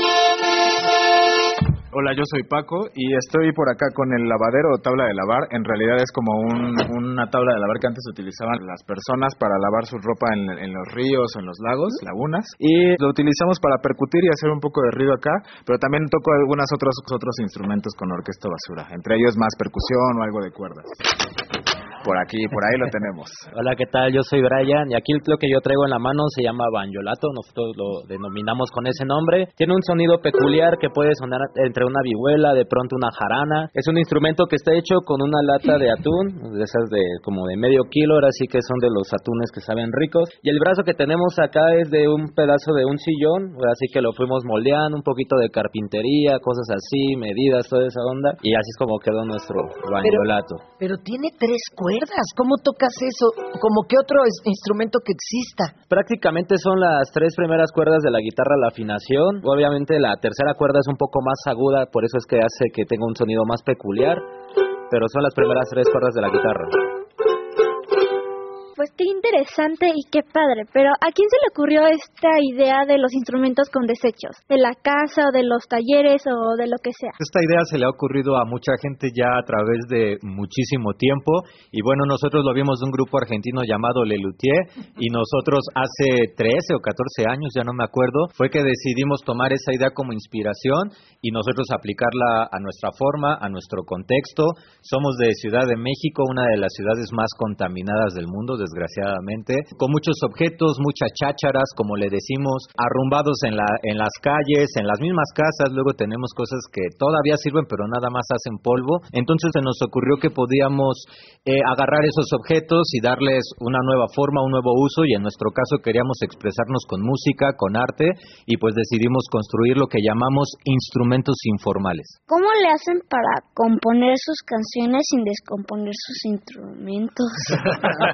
Hola, yo soy Paco y estoy por acá con el lavadero o tabla de lavar. En realidad es como un, una tabla de lavar que antes utilizaban las personas para lavar su ropa en, en los ríos o en los lagos, lagunas. Y lo utilizamos para percutir y hacer un poco de ruido acá, pero también toco algunos otros, otros instrumentos con orquesta basura, entre ellos más percusión o algo de cuerdas. Por aquí, por ahí lo tenemos. Hola, ¿qué tal? Yo soy Brian y aquí lo que yo traigo en la mano se llama banjolato, nosotros lo denominamos con ese nombre. Tiene un sonido peculiar que puede sonar entre una vihuela, de pronto una jarana. Es un instrumento que está hecho con una lata de atún, de esas de como de medio kilo, ahora sí que son de los atunes que saben ricos. Y el brazo que tenemos acá es de un pedazo de un sillón, así que lo fuimos moldeando, un poquito de carpintería, cosas así, medidas, toda esa onda. Y así es como quedó nuestro banjolato. Pero, pero tiene tres cuerdas. ¿Cómo tocas eso? ¿Como qué otro es, instrumento que exista? Prácticamente son las tres primeras cuerdas de la guitarra la afinación. Obviamente la tercera cuerda es un poco más aguda, por eso es que hace que tenga un sonido más peculiar. Pero son las primeras tres cuerdas de la guitarra. Pues qué interesante y qué padre, pero ¿a quién se le ocurrió esta idea de los instrumentos con desechos? ¿De la casa o de los talleres o de lo que sea? Esta idea se le ha ocurrido a mucha gente ya a través de muchísimo tiempo y bueno, nosotros lo vimos de un grupo argentino llamado Le Luthier y nosotros hace trece o catorce años, ya no me acuerdo, fue que decidimos tomar esa idea como inspiración y nosotros aplicarla a nuestra forma, a nuestro contexto. Somos de Ciudad de México, una de las ciudades más contaminadas del mundo, desgraciadamente, con muchos objetos, muchas chácharas, como le decimos, arrumbados en la en las calles, en las mismas casas. Luego tenemos cosas que todavía sirven, pero nada más hacen polvo. Entonces se nos ocurrió que podíamos eh, agarrar esos objetos y darles una nueva forma, un nuevo uso, y en nuestro caso queríamos expresarnos con música, con arte, y pues decidimos construir lo que llamamos instrumentos informales. ¿Cómo le hacen para componer sus canciones sin descomponer sus instrumentos?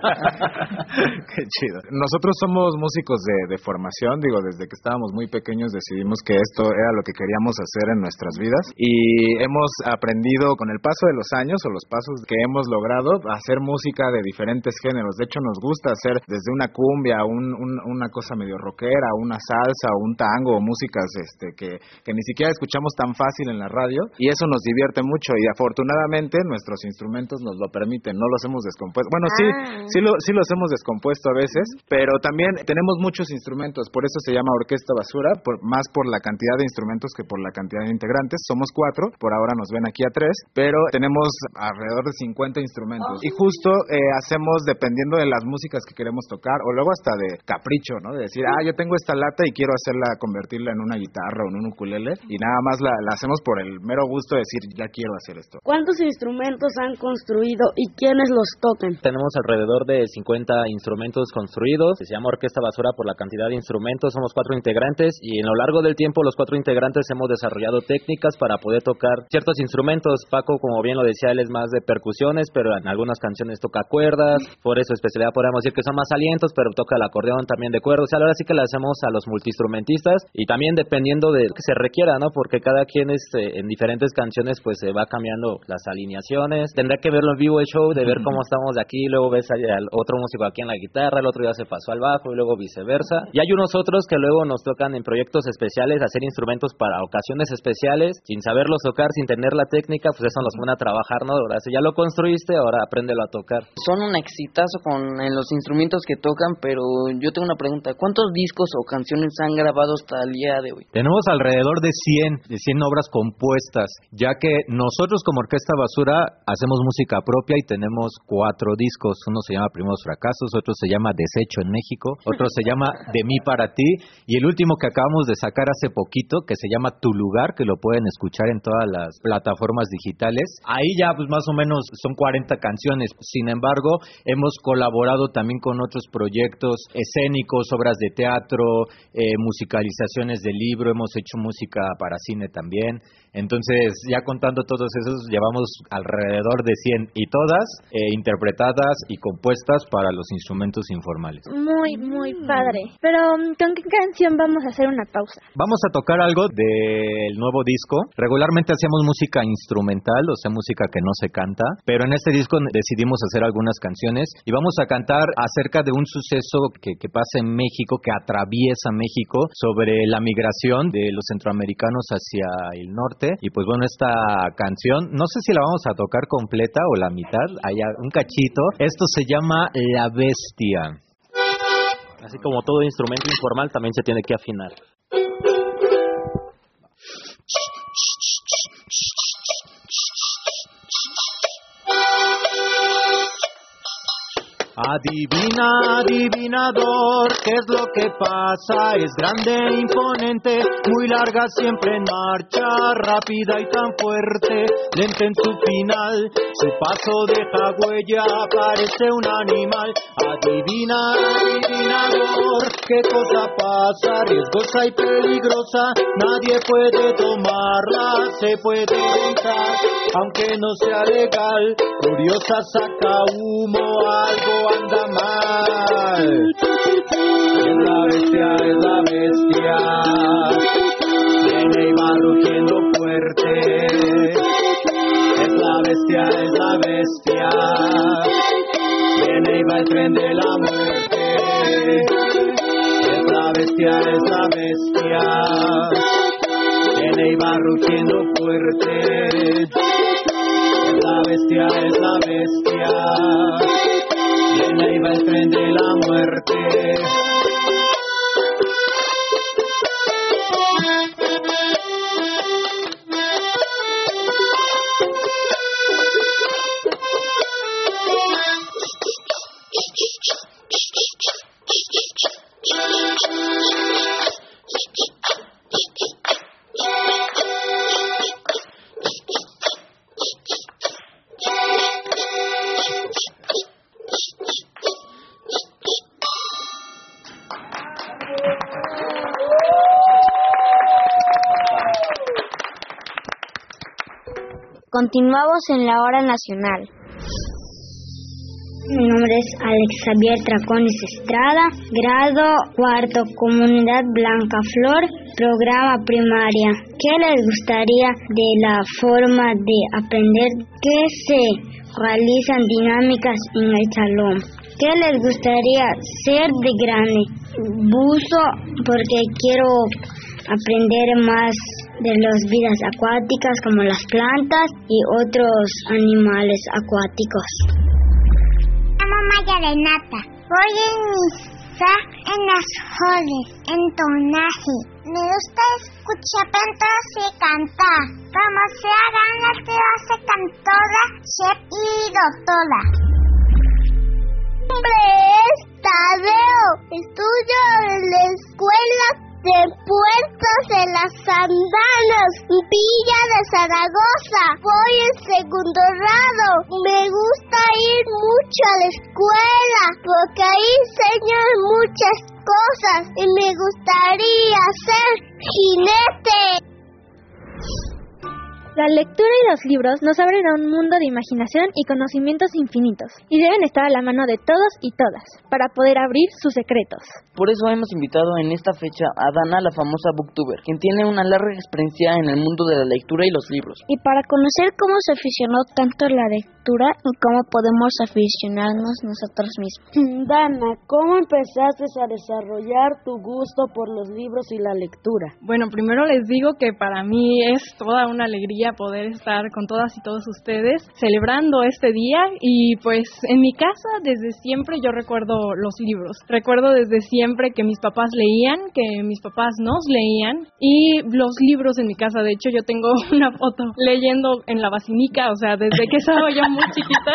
Qué chido. Nosotros somos músicos de, de formación, digo, desde que estábamos muy pequeños decidimos que esto era lo que queríamos hacer en nuestras vidas y hemos aprendido con el paso de los años o los pasos que hemos logrado hacer música de diferentes géneros. De hecho, nos gusta hacer desde una cumbia, un, un, una cosa medio rockera, una salsa, un tango, músicas este, que, que ni siquiera escuchamos tan fácil en la radio y eso nos divierte mucho y afortunadamente nuestros instrumentos nos lo permiten, no los hemos descompuesto. Bueno, ah. sí, sí, lo, sí los hemos descompuesto a veces, pero también tenemos muchos instrumentos, por eso se llama Orquesta Basura, por, más por la cantidad de instrumentos que por la cantidad de integrantes. Somos cuatro, por ahora nos ven aquí a tres, pero tenemos alrededor de cincuenta instrumentos. Oh. Y justo eh, hacemos dependiendo de las músicas que queremos tocar, o luego hasta de capricho, ¿no? De decir, ah, yo tengo esta lata y quiero hacerla, convertirla en una guitarra o en un ukulele, y nada más la, la hacemos por el mero gusto de decir, ya quiero hacer esto. ¿Cuántos instrumentos han construido y quiénes los tocan? Tenemos alrededor de cincuenta instrumentos construidos, se llama Orquesta Basura por la cantidad de instrumentos, somos cuatro integrantes y en lo largo del tiempo los cuatro integrantes hemos desarrollado técnicas para poder tocar ciertos instrumentos. Paco, como bien lo decía, él es más de percusiones, pero en algunas canciones toca cuerdas, por eso especialidad podemos decir que son más alientos, pero toca el acordeón también de cuerdas, o sea, ahora sí que le hacemos a los multiinstrumentistas y también dependiendo de lo que se requiera, ¿no? Porque cada quien este, en diferentes canciones pues se va cambiando las alineaciones, tendrá que verlo en vivo el show, de ver cómo estamos de aquí, luego ves al otro músico aquí en la guitarra, el otro ya se pasó al bajo y luego viceversa, y hay unos otros que luego nos tocan en proyectos especiales, hacer instrumentos para ocasiones especiales, sin saberlos tocar, sin tener la técnica, pues eso nos pone a trabajar, ¿no? Ahora si ya lo construiste, ahora apréndelo a tocar. Son un exitazo con en los instrumentos que tocan, pero yo tengo una pregunta, ¿cuántos discos o canciones han grabado hasta el día de hoy? Tenemos alrededor de cien, de cien obras compuestas, ya que nosotros como Orquesta Basura hacemos música propia y tenemos cuatro discos, uno se llama Primeros Fracasos, otro se llama Desecho en México, otro se llama De mí para ti, y el último que acabamos de sacar hace poquito, que se llama Tu Lugar, que lo pueden escuchar en todas las plataformas digitales. Ahí ya pues más o menos son cuarenta canciones, sin embargo, hemos colaborado también con otros proyectos escénicos, obras de teatro, eh, musicalizaciones de libro, hemos hecho música para cine también. Entonces, ya contando todos esos, llevamos alrededor de cien y todas eh, interpretadas y compuestas para los instrumentos informales. Muy, muy padre. Pero, ¿con qué canción vamos a hacer una pausa? Vamos a tocar algo del nuevo disco. Regularmente hacemos música instrumental, o sea, música que no se canta, pero en este disco decidimos hacer algunas canciones y vamos a cantar acerca de un suceso que, que pasa en México, que atraviesa México, sobre la migración de los centroamericanos hacia el norte. Y pues bueno, esta canción, no sé si la vamos a tocar completa o la mitad, hay un cachito. Esto se llama La Bestia. Así como todo instrumento informal, también se tiene que afinar. Adivina, adivinador, ¿qué es lo que pasa? Es grande e imponente, muy larga, siempre en marcha, rápida y tan fuerte, lenta en su final, su paso deja huella, parece un animal. Adivina, adivinador, ¿qué cosa pasa? Riesgosa y peligrosa, nadie puede tomarla, se puede entrar, aunque no sea legal, curiosa saca humo, algo anda mal. Es la bestia, es la bestia, viene y va rugiendo fuerte. Es la bestia, es la bestia, viene y va el tren de la muerte. Es la bestia, es la bestia, viene y va rugiendo fuerte. Es la bestia, es la bestia, viene y va el tren de la muerte. Continuamos en la hora nacional. Mi nombre es Alex Javier Traconis Estrada, grado cuarto, Comunidad Blanca Flor, programa primaria. ¿Qué les gustaría de la forma de aprender que se realizan dinámicas en el salón? ¿Qué les gustaría ser de grande? Buzo, porque quiero aprender más de las vidas acuáticas como las plantas y otros animales acuáticos. Me llamo Maya Renata. Voy en misa en las jodes, en Tonaji. Me gusta escuchar cantos y cantar. Como se hagan las clases de cantora, chef y doctora. Mi nombre es Tadeo. Estudio en la escuela de Puertos de las Andanas, Villa de Zaragoza. Voy en segundo grado. Me gusta ir mucho a la escuela porque ahí enseñan muchas cosas y me gustaría ser jinete. La lectura y los libros nos abren a un mundo de imaginación y conocimientos infinitos, y deben estar a la mano de todos y todas, para poder abrir sus secretos. Por eso hemos invitado en esta fecha a Dana, la famosa booktuber, quien tiene una larga experiencia en el mundo de la lectura y los libros. Y para conocer cómo se aficionó tanto a la lectura y cómo podemos aficionarnos nosotros mismos. Dana, ¿cómo empezaste a desarrollar tu gusto por los libros y la lectura? Bueno, primero les digo que para mí es toda una alegría poder estar con todas y todos ustedes celebrando este día, y pues en mi casa desde siempre yo recuerdo los libros. Recuerdo desde siempre que mis papás leían, que mis papás nos leían, y los libros en mi casa, de hecho yo tengo una foto leyendo en la basinica, o sea, desde que estaba yo muy chiquita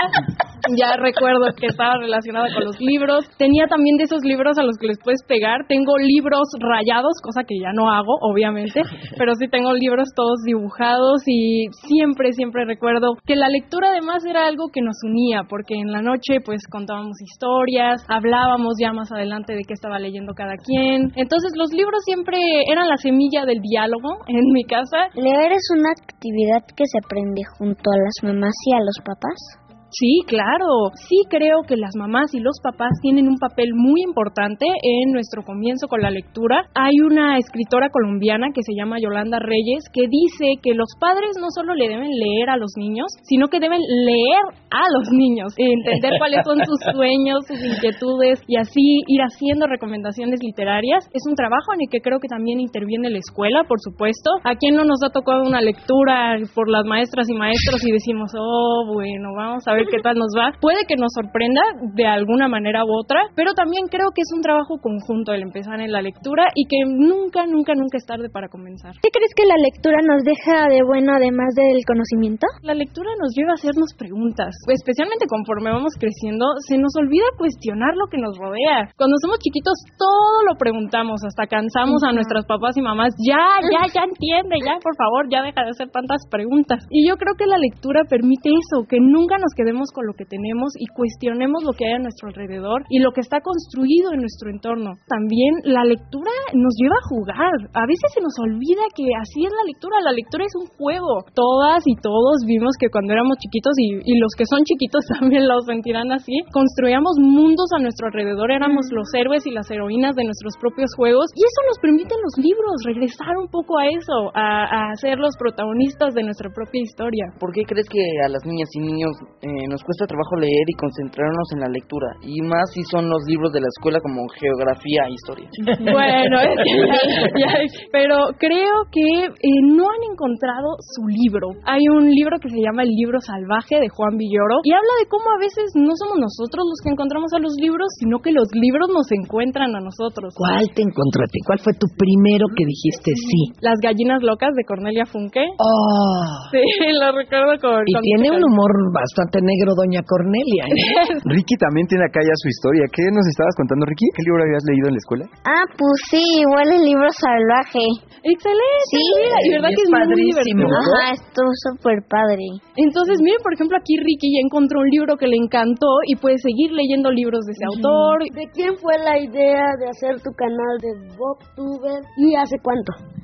ya recuerdo que estaba relacionada con los libros. Tenía también de esos libros a los que les puedes pegar. Tengo libros rayados, cosa que ya no hago, obviamente, pero sí tengo libros todos dibujados, y siempre, siempre recuerdo que la lectura además era algo que nos unía, porque en la noche pues contábamos historias, hablábamos ya más adelante de qué estaba leyendo cada quien. Entonces los libros siempre eran la semilla del diálogo en mi casa. ¿Leer es una actividad que se aprende junto a las mamás y a los papás? Sí, claro. Sí creo que las mamás y los papás tienen un papel muy importante en nuestro comienzo con la lectura. Hay una escritora colombiana que se llama Yolanda Reyes que dice que los padres no solo le deben leer a los niños, sino que deben leer a los niños, entender cuáles son sus sueños, sus inquietudes, y así ir haciendo recomendaciones literarias. Es un trabajo en el que creo que también interviene la escuela, por supuesto. ¿A quién no nos ha tocado una lectura por las maestras y maestros y decimos, oh, bueno, vamos a ver qué tal nos va? Puede que nos sorprenda de alguna manera u otra, pero también creo que es un trabajo conjunto el empezar en la lectura, y que nunca, nunca, nunca es tarde para comenzar. ¿Qué crees que la lectura nos deja de bueno además del conocimiento? La lectura nos lleva a hacernos preguntas, especialmente conforme vamos creciendo. Se nos olvida cuestionar lo que nos rodea. Cuando somos chiquitos todo lo preguntamos, hasta cansamos a nuestras papás y mamás. Ya, ya, ya entiende, ya, por favor, ya deja de hacer tantas preguntas. Y yo creo que la lectura permite eso, que nunca nos quedemos con lo que tenemos y cuestionemos lo que hay a nuestro alrededor y lo que está construido en nuestro entorno. También la lectura nos lleva a jugar. A veces se nos olvida que así es la lectura. La lectura es un juego. Todas y todos vimos que cuando éramos chiquitos, y, y los que son chiquitos también lo sentirán así, construíamos mundos a nuestro alrededor. Éramos los héroes y las heroínas de nuestros propios juegos, y eso nos permiten los libros, regresar un poco a eso, a, a ser los protagonistas de nuestra propia historia. ¿Por qué crees que a las niñas y niños eh, nos cuesta trabajo leer y concentrarnos en la lectura? Y más si son los libros de la escuela como geografía e historia. Bueno, es que ya, ya, pero creo que eh, no han encontrado su libro. Hay un libro que se llama El libro salvaje de Juan Villoro, y habla de cómo a veces no somos nosotros los que encontramos a los libros, sino que los libros nos encuentran a nosotros. ¿Cuál te encontraste? ¿Cuál fue tu primero que dijiste sí? Las gallinas locas de Cornelia Funke. Oh. Sí, lo recuerdo con... Y con tiene un humor bastante negro doña Cornelia, ¿eh? Ricky también tiene acá ya su historia. ¿Qué nos estabas contando, Ricky? ¿Qué libro habías leído en la escuela? Ah, pues sí, igual el libro salvaje. Excelente. Sí, y verdad que es muy divertido. Ajá, estuvo súper padre. Entonces, miren, por ejemplo, aquí Ricky ya encontró un libro que le encantó y puede seguir leyendo libros de ese uh-huh. autor. ¿De quién fue la idea de hacer tu canal de Booktuber y hace cuánto?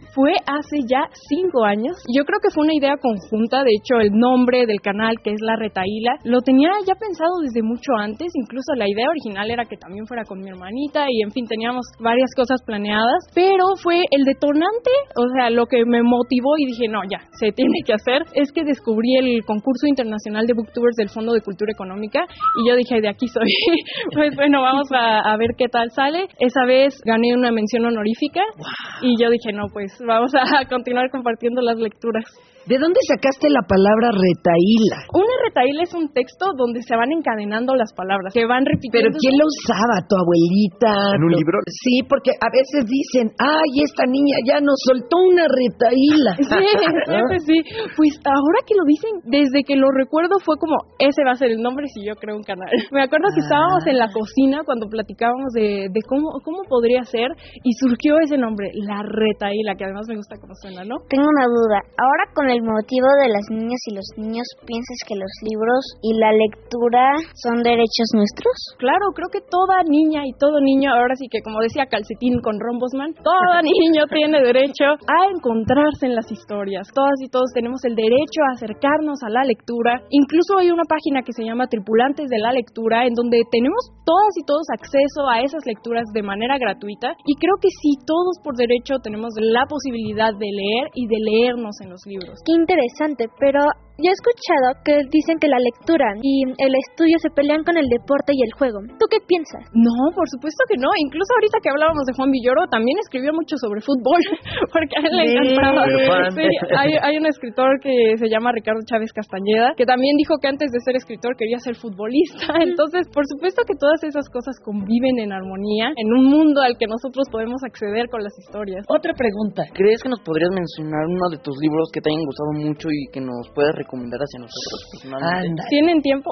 fue hace ya cinco años. Yo creo que fue una idea conjunta. De hecho, el nombre del canal, que es La Retahíla, lo tenía ya pensado desde mucho antes. Incluso la idea original era que también fuera con mi hermanita y, en fin, teníamos varias cosas planeadas. Pero fue el detonante, o sea, lo que me motivó y dije, no, ya, se tiene que hacer, es que descubrí el concurso internacional de Booktubers del Fondo de Cultura Económica y yo dije, de aquí soy. Pues bueno, vamos a, a ver qué tal sale. Esa vez gané una mención honorífica. Wow. Y yo dije, no, pues vamos a continuar compartiendo las lecturas. ¿De dónde sacaste la palabra retahíla? Una retahíla es un texto donde se van encadenando las palabras, que van repitiendo. ¿Pero quién lo usaba? ¿Tu abuelita? ¿En un tu... libro? Sí, porque a veces dicen, ay, esta niña ya nos soltó una retahíla. Sí, sí, sí. Pues ahora que lo dicen, desde que lo recuerdo fue como, ese va a ser el nombre si yo creo un canal. Me acuerdo que ah. estábamos en la cocina cuando platicábamos de, de cómo, cómo podría ser y surgió ese nombre, La Retahíla, que además me gusta cómo suena, ¿no? Tengo una duda. Ahora con el motivo de las niñas y los niños, ¿piensas que los libros y la lectura son derechos nuestros? Claro, creo que toda niña y todo niño, ahora sí que como decía Calcetín con Rombosman, todo niño tiene derecho a encontrarse en las historias. Todas y todos tenemos el derecho a acercarnos a la lectura. Incluso hay una página que se llama Tripulantes de la Lectura, en donde tenemos todas y todos acceso a esas lecturas de manera gratuita, y creo que sí, todos por derecho tenemos la posibilidad de leer y de leernos en los libros. Qué interesante, pero yo he escuchado que dicen que la lectura y el estudio se pelean con el deporte y el juego. ¿Tú qué piensas? No, por supuesto que no. Incluso ahorita que hablábamos de Juan Villoro, también escribió mucho sobre fútbol, porque a él le encantaba. Sí, hay, hay un escritor que se llama Ricardo Chávez Castañeda, que también dijo que antes de ser escritor quería ser futbolista. Entonces, por supuesto que todas esas cosas conviven en armonía en un mundo al que nosotros podemos acceder con las historias. Otra pregunta. ¿Crees que nos podrías mencionar uno de tus libros que te hayan gustado mucho y que nos puedas recomendar hacia nosotros personalmente? ¿Tienen tiempo?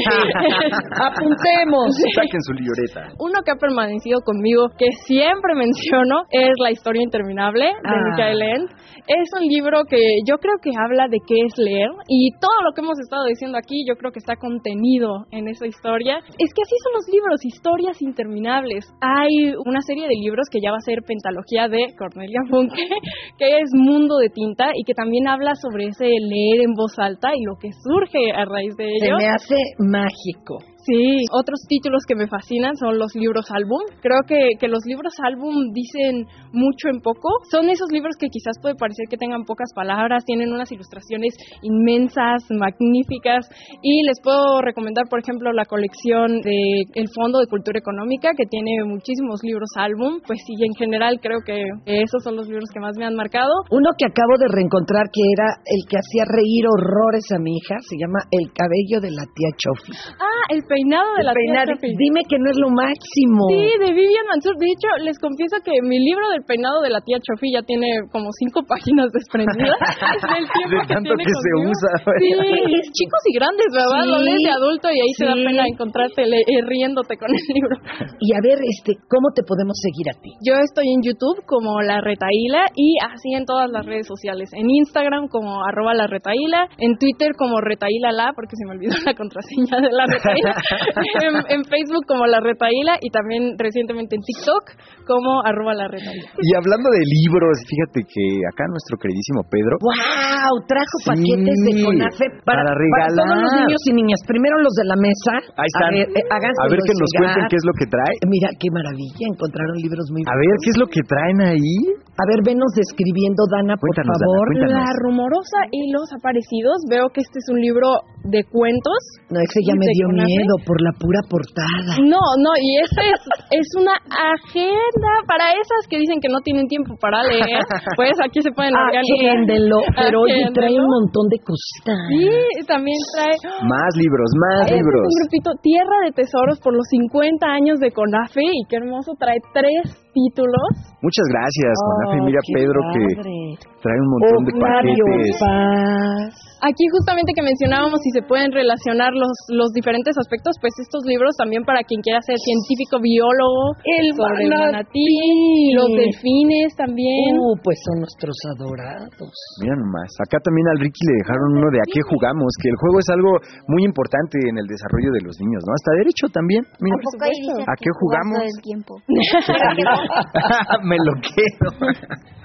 Apuntemos. Saquen su libreta. Uno que ha permanecido conmigo, que siempre menciono, es La Historia Interminable, de ah. Michael Ende. Es un libro que yo creo que habla de qué es leer, y todo lo que hemos estado diciendo aquí yo creo que está contenido en esa historia. Es que así son los libros, historias interminables. Hay una serie de libros que ya va a ser pentalogía de Cornelia Funke, que es Mundo de Tinta, y que también habla sobre ese leer en voz alta y lo que surge a raíz de ello. Se me hace mágico. Sí, otros títulos que me fascinan son los libros álbum. Creo que, que los libros álbum dicen mucho en poco. Son esos libros que quizás puede parecer que tengan pocas palabras, tienen unas ilustraciones inmensas, magníficas, y les puedo recomendar, por ejemplo, la colección de el Fondo de Cultura Económica, que tiene muchísimos libros álbum. Pues sí, en general creo que esos son los libros que más me han marcado. Uno que acabo de reencontrar, que era el que hacía reír horrores a mi hija, se llama El cabello de la tía Chofi. Ah, el peinado de el la peinado, tía Chofi. Dime que no es lo máximo. Sí, de Vivian Mansur. De hecho, les confieso que mi libro del peinado de la tía Chofi ya tiene como cinco páginas desprendidas del tiempo de tanto que, que se usa. Sí, es chicos y grandes, ¿verdad? Sí, lo lees de adulto y ahí sí. te da pena encontrarte le, eh, riéndote con el libro. Y a ver, este, ¿cómo te podemos seguir a ti? Yo estoy en YouTube como La Retahíla, y así en todas las redes sociales. En Instagram como arroba La Retahíla, en Twitter como Retahílala, porque se me olvidó la contraseña de La Retahíla. en, en Facebook como La Retahíla, y también recientemente en TikTok como arroba La Retahíla. Y hablando de libros, fíjate que acá nuestro queridísimo Pedro... ¡Wow! Trajo sí, paquetes de CONAFE para, para regalar. Para todos los niños y niñas. Primero los de la mesa. Ahí están. A ver, eh, a ver que nos llegar. cuenten qué es lo que trae. Mira, qué maravilla. Encontraron libros muy A ver, ¿qué es lo que traen ahí? A ver, venos describiendo, Dana, por cuéntanos, favor. Dana, La Rumorosa y los Aparecidos. Veo que este es un libro de cuentos. No, ese ya me dio miedo por la pura portada. No, no, y este es, es una agenda para esas que dicen que no tienen tiempo para leer. Pues aquí se pueden organizar. Agéndenlo, pero oye, trae un montón de cositas. Sí, también trae... Más libros, más este libros. Es un grupito, Tierra de Tesoros por los cincuenta años de CONAFE, y qué hermoso, trae tres títulos. Muchas gracias, CONAFE. Oh, mira Pedro padre. Que trae un montón de paquetes. Paz. Aquí justamente que mencionábamos si se pueden relacionar los, los diferentes aspectos, pues estos libros también para quien quiera ser científico, biólogo, el sobre manatí. el manatí, los delfines también. Uh, pues son nuestros adorados. Mira nomás, acá también al Ricky le dejaron uno de ¿A qué jugamos? Que el juego es algo muy importante en el desarrollo de los niños, ¿no? Hasta derecho también. Mira, ¿A poco ahí dice ¿A qué jugamos? todo el tiempo? Me lo quedo.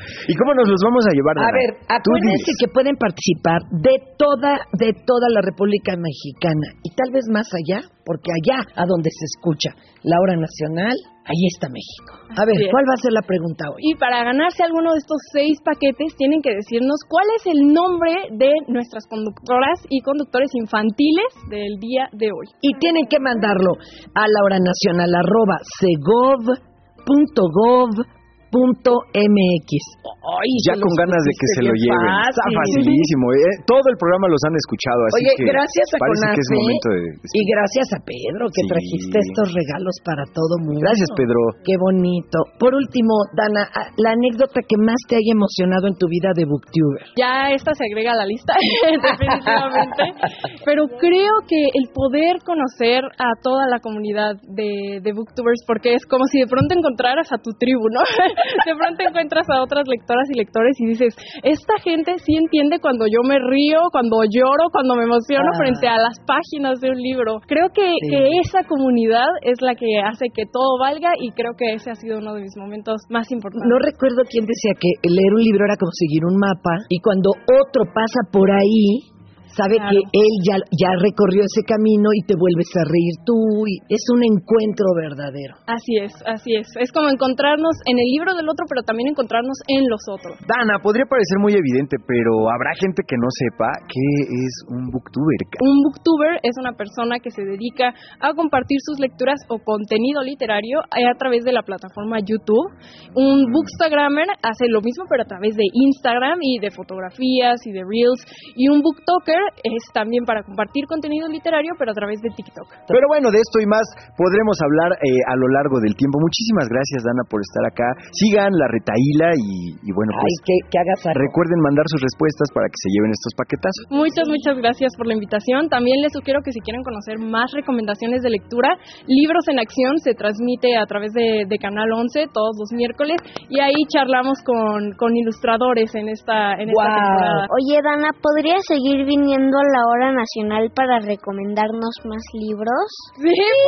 ¿Y cómo nos los vamos a llevar? A Dana? ver, acuérdense que pueden participar de toda, de toda la República Mexicana y tal vez más allá, porque allá a donde se escucha la hora nacional, ahí está México. A ver, ¿cuál va a ser la pregunta hoy? Y para ganarse alguno de estos seis paquetes tienen que decirnos cuál es el nombre de nuestras conductoras y conductores infantiles del día de hoy. Y tienen que mandarlo a la hora nacional arroba segov punto gov punto mx. Ay, ya con ganas de que se lo lleven. Fácil. Está facilísimo. ¿eh? Todo el programa los han escuchado, así Oye, que gracias a parece Conafe, que es momento de... y gracias a Pedro que sí. trajiste estos regalos para todo mundo. Gracias, Pedro. Qué bonito. Por último, Dana, la anécdota que más te haya emocionado en tu vida de Booktuber. Ya esta se agrega a la lista, definitivamente. Pero creo que el poder conocer a toda la comunidad de, de Booktubers, porque es como si de pronto encontraras a tu tribu, ¿no? De pronto encuentras a otras lectoras y lectores y dices, esta gente sí entiende cuando yo me río, cuando lloro, cuando me emociono ah. frente a las páginas de un libro. Creo que, sí. que esa comunidad es la que hace que todo valga y creo que ese ha sido uno de mis momentos más importantes. No recuerdo quién decía que leer un libro era como seguir un mapa y cuando otro pasa por ahí... sabe claro. que él ya, ya recorrió ese camino y te vuelves a reír tú, y es un encuentro verdadero. Así es, así es. Es como encontrarnos en el libro del otro, pero también encontrarnos en los otros. Dana, podría parecer muy evidente, pero habrá gente que no sepa qué es un booktuber. Un booktuber es una persona que se dedica a compartir sus lecturas o contenido literario a través de la plataforma YouTube. Un bookstagrammer hace lo mismo, pero a través de Instagram y de fotografías y de reels. Y un booktalker es también para compartir contenido literario, pero a través de TikTok. Pero bueno, de esto y más podremos hablar eh, a lo largo del tiempo. Muchísimas gracias, Dana, por estar acá. Sigan la retaíla y, y bueno, pues Ay, que, que hagas algo. Recuerden mandar sus respuestas para que se lleven estos paquetazos. Muchas, muchas gracias por la invitación. También les sugiero que si quieren conocer más recomendaciones de lectura, Libros en Acción se transmite a través de, de Canal once todos los miércoles y ahí charlamos con, con ilustradores en esta, en esta wow. temporada. Oye, Dana, ¿podrías seguir viniendo a la hora nacional para recomendarnos más libros? Sí,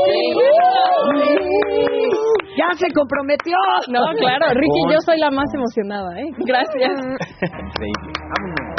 sí. sí. Ya se comprometió. No, claro, Ricky, yo soy la más emocionada, ¿eh? Gracias. Increíble. Vámonos.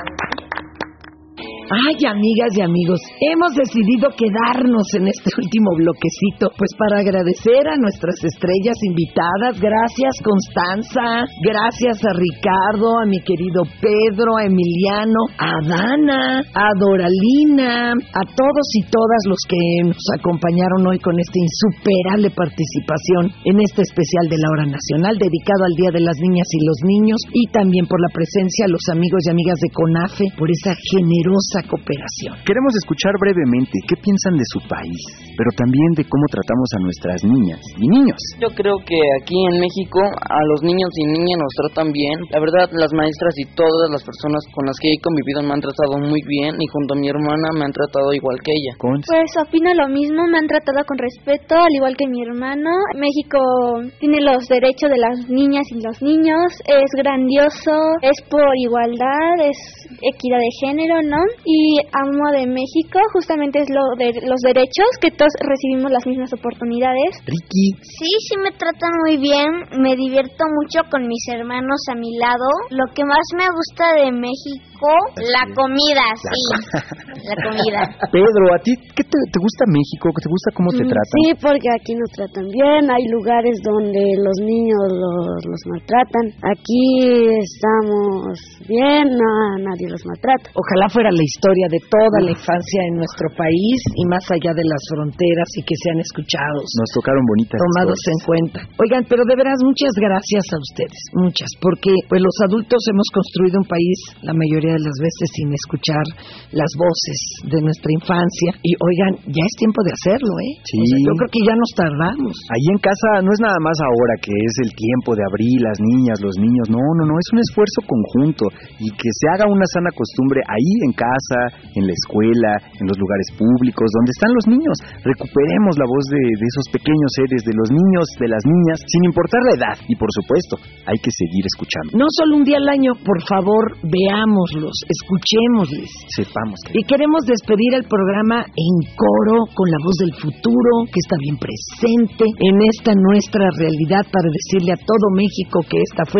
Ay, amigas y amigos, hemos decidido quedarnos en este último bloquecito, pues para agradecer a nuestras estrellas invitadas. Gracias, Constanza, gracias a Ricardo, a mi querido Pedro, a Emiliano, a Dana, a Doralina, a todos y todas los que nos acompañaron hoy con esta insuperable participación en este especial de la Hora Nacional dedicado al Día de las Niñas y los Niños, y también por la presencia a los amigos y amigas de CONAFE, por esa generosa cooperación. Queremos escuchar brevemente qué piensan de su país, pero también de cómo tratamos a nuestras niñas y niños. Yo creo que aquí en México a los niños y niñas nos tratan bien. La verdad, las maestras y todas las personas con las que he convivido me han tratado muy bien, y junto a mi hermana me han tratado igual que ella. Pues opino lo mismo, me han tratado con respeto, al igual que mi hermano. México tiene los derechos de las niñas y los niños, es grandioso, es por igualdad, es equidad de género, ¿no? Y amo de México justamente es lo de los derechos, que todos recibimos las mismas oportunidades. Ricky. Sí, sí me tratan muy bien, me divierto mucho con mis hermanos a mi lado. Lo que más me gusta de México, la comida, sí, la comida. Pedro, ¿a ti qué te, te gusta México? ¿Te gusta cómo te tratan? Sí, porque aquí nos tratan bien, hay lugares donde los niños los, los maltratan. Aquí estamos bien, no, nadie los maltrata. Ojalá fuera la historia de toda la infancia en nuestro país y más allá de las fronteras, y que sean escuchados. Nos tocaron bonitas tomados historias. En cuenta. Oigan, pero de veras muchas gracias a ustedes, muchas, porque pues los adultos hemos construido un país la mayoría de las veces sin escuchar las voces de nuestra infancia, y oigan, ya es tiempo de hacerlo, ¿eh? Sí. O sea, yo creo que ya nos tardamos. Ahí en casa no es nada más ahora que es el tiempo de abrir las niñas, los niños, no, no, no, es un esfuerzo conjunto, y que se haga una sana costumbre ahí en casa, en la escuela, en los lugares públicos, donde están los niños. Recuperemos la voz de, de esos pequeños seres, de los niños, de las niñas, sin importar la edad, y por supuesto, hay que seguir escuchando. No solo un día al año, por favor, veámoslos, escuchémosles. Sepamos que... Y queremos despedir el programa en coro, con la voz del futuro, que está bien presente en esta nuestra realidad, para decirle a todo México que esta fue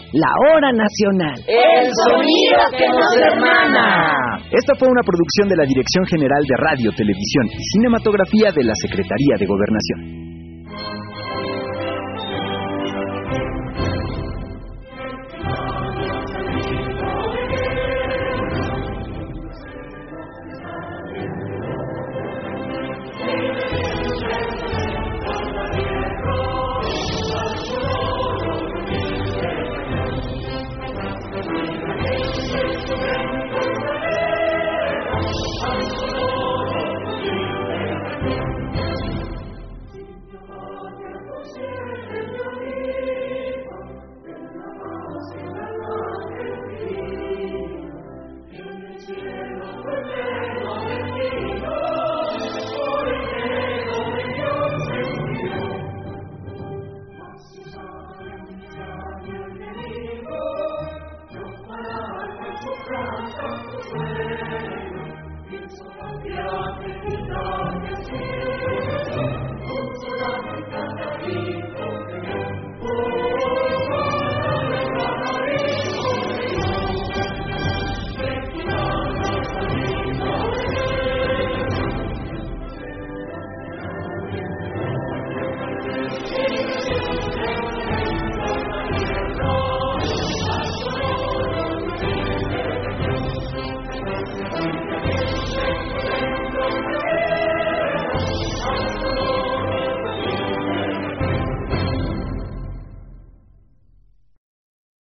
la hora nacional. El sonido que nos hermana. Esta fue una producción de la Dirección General de Radio, Televisión y Cinematografía de la Secretaría de Gobernación.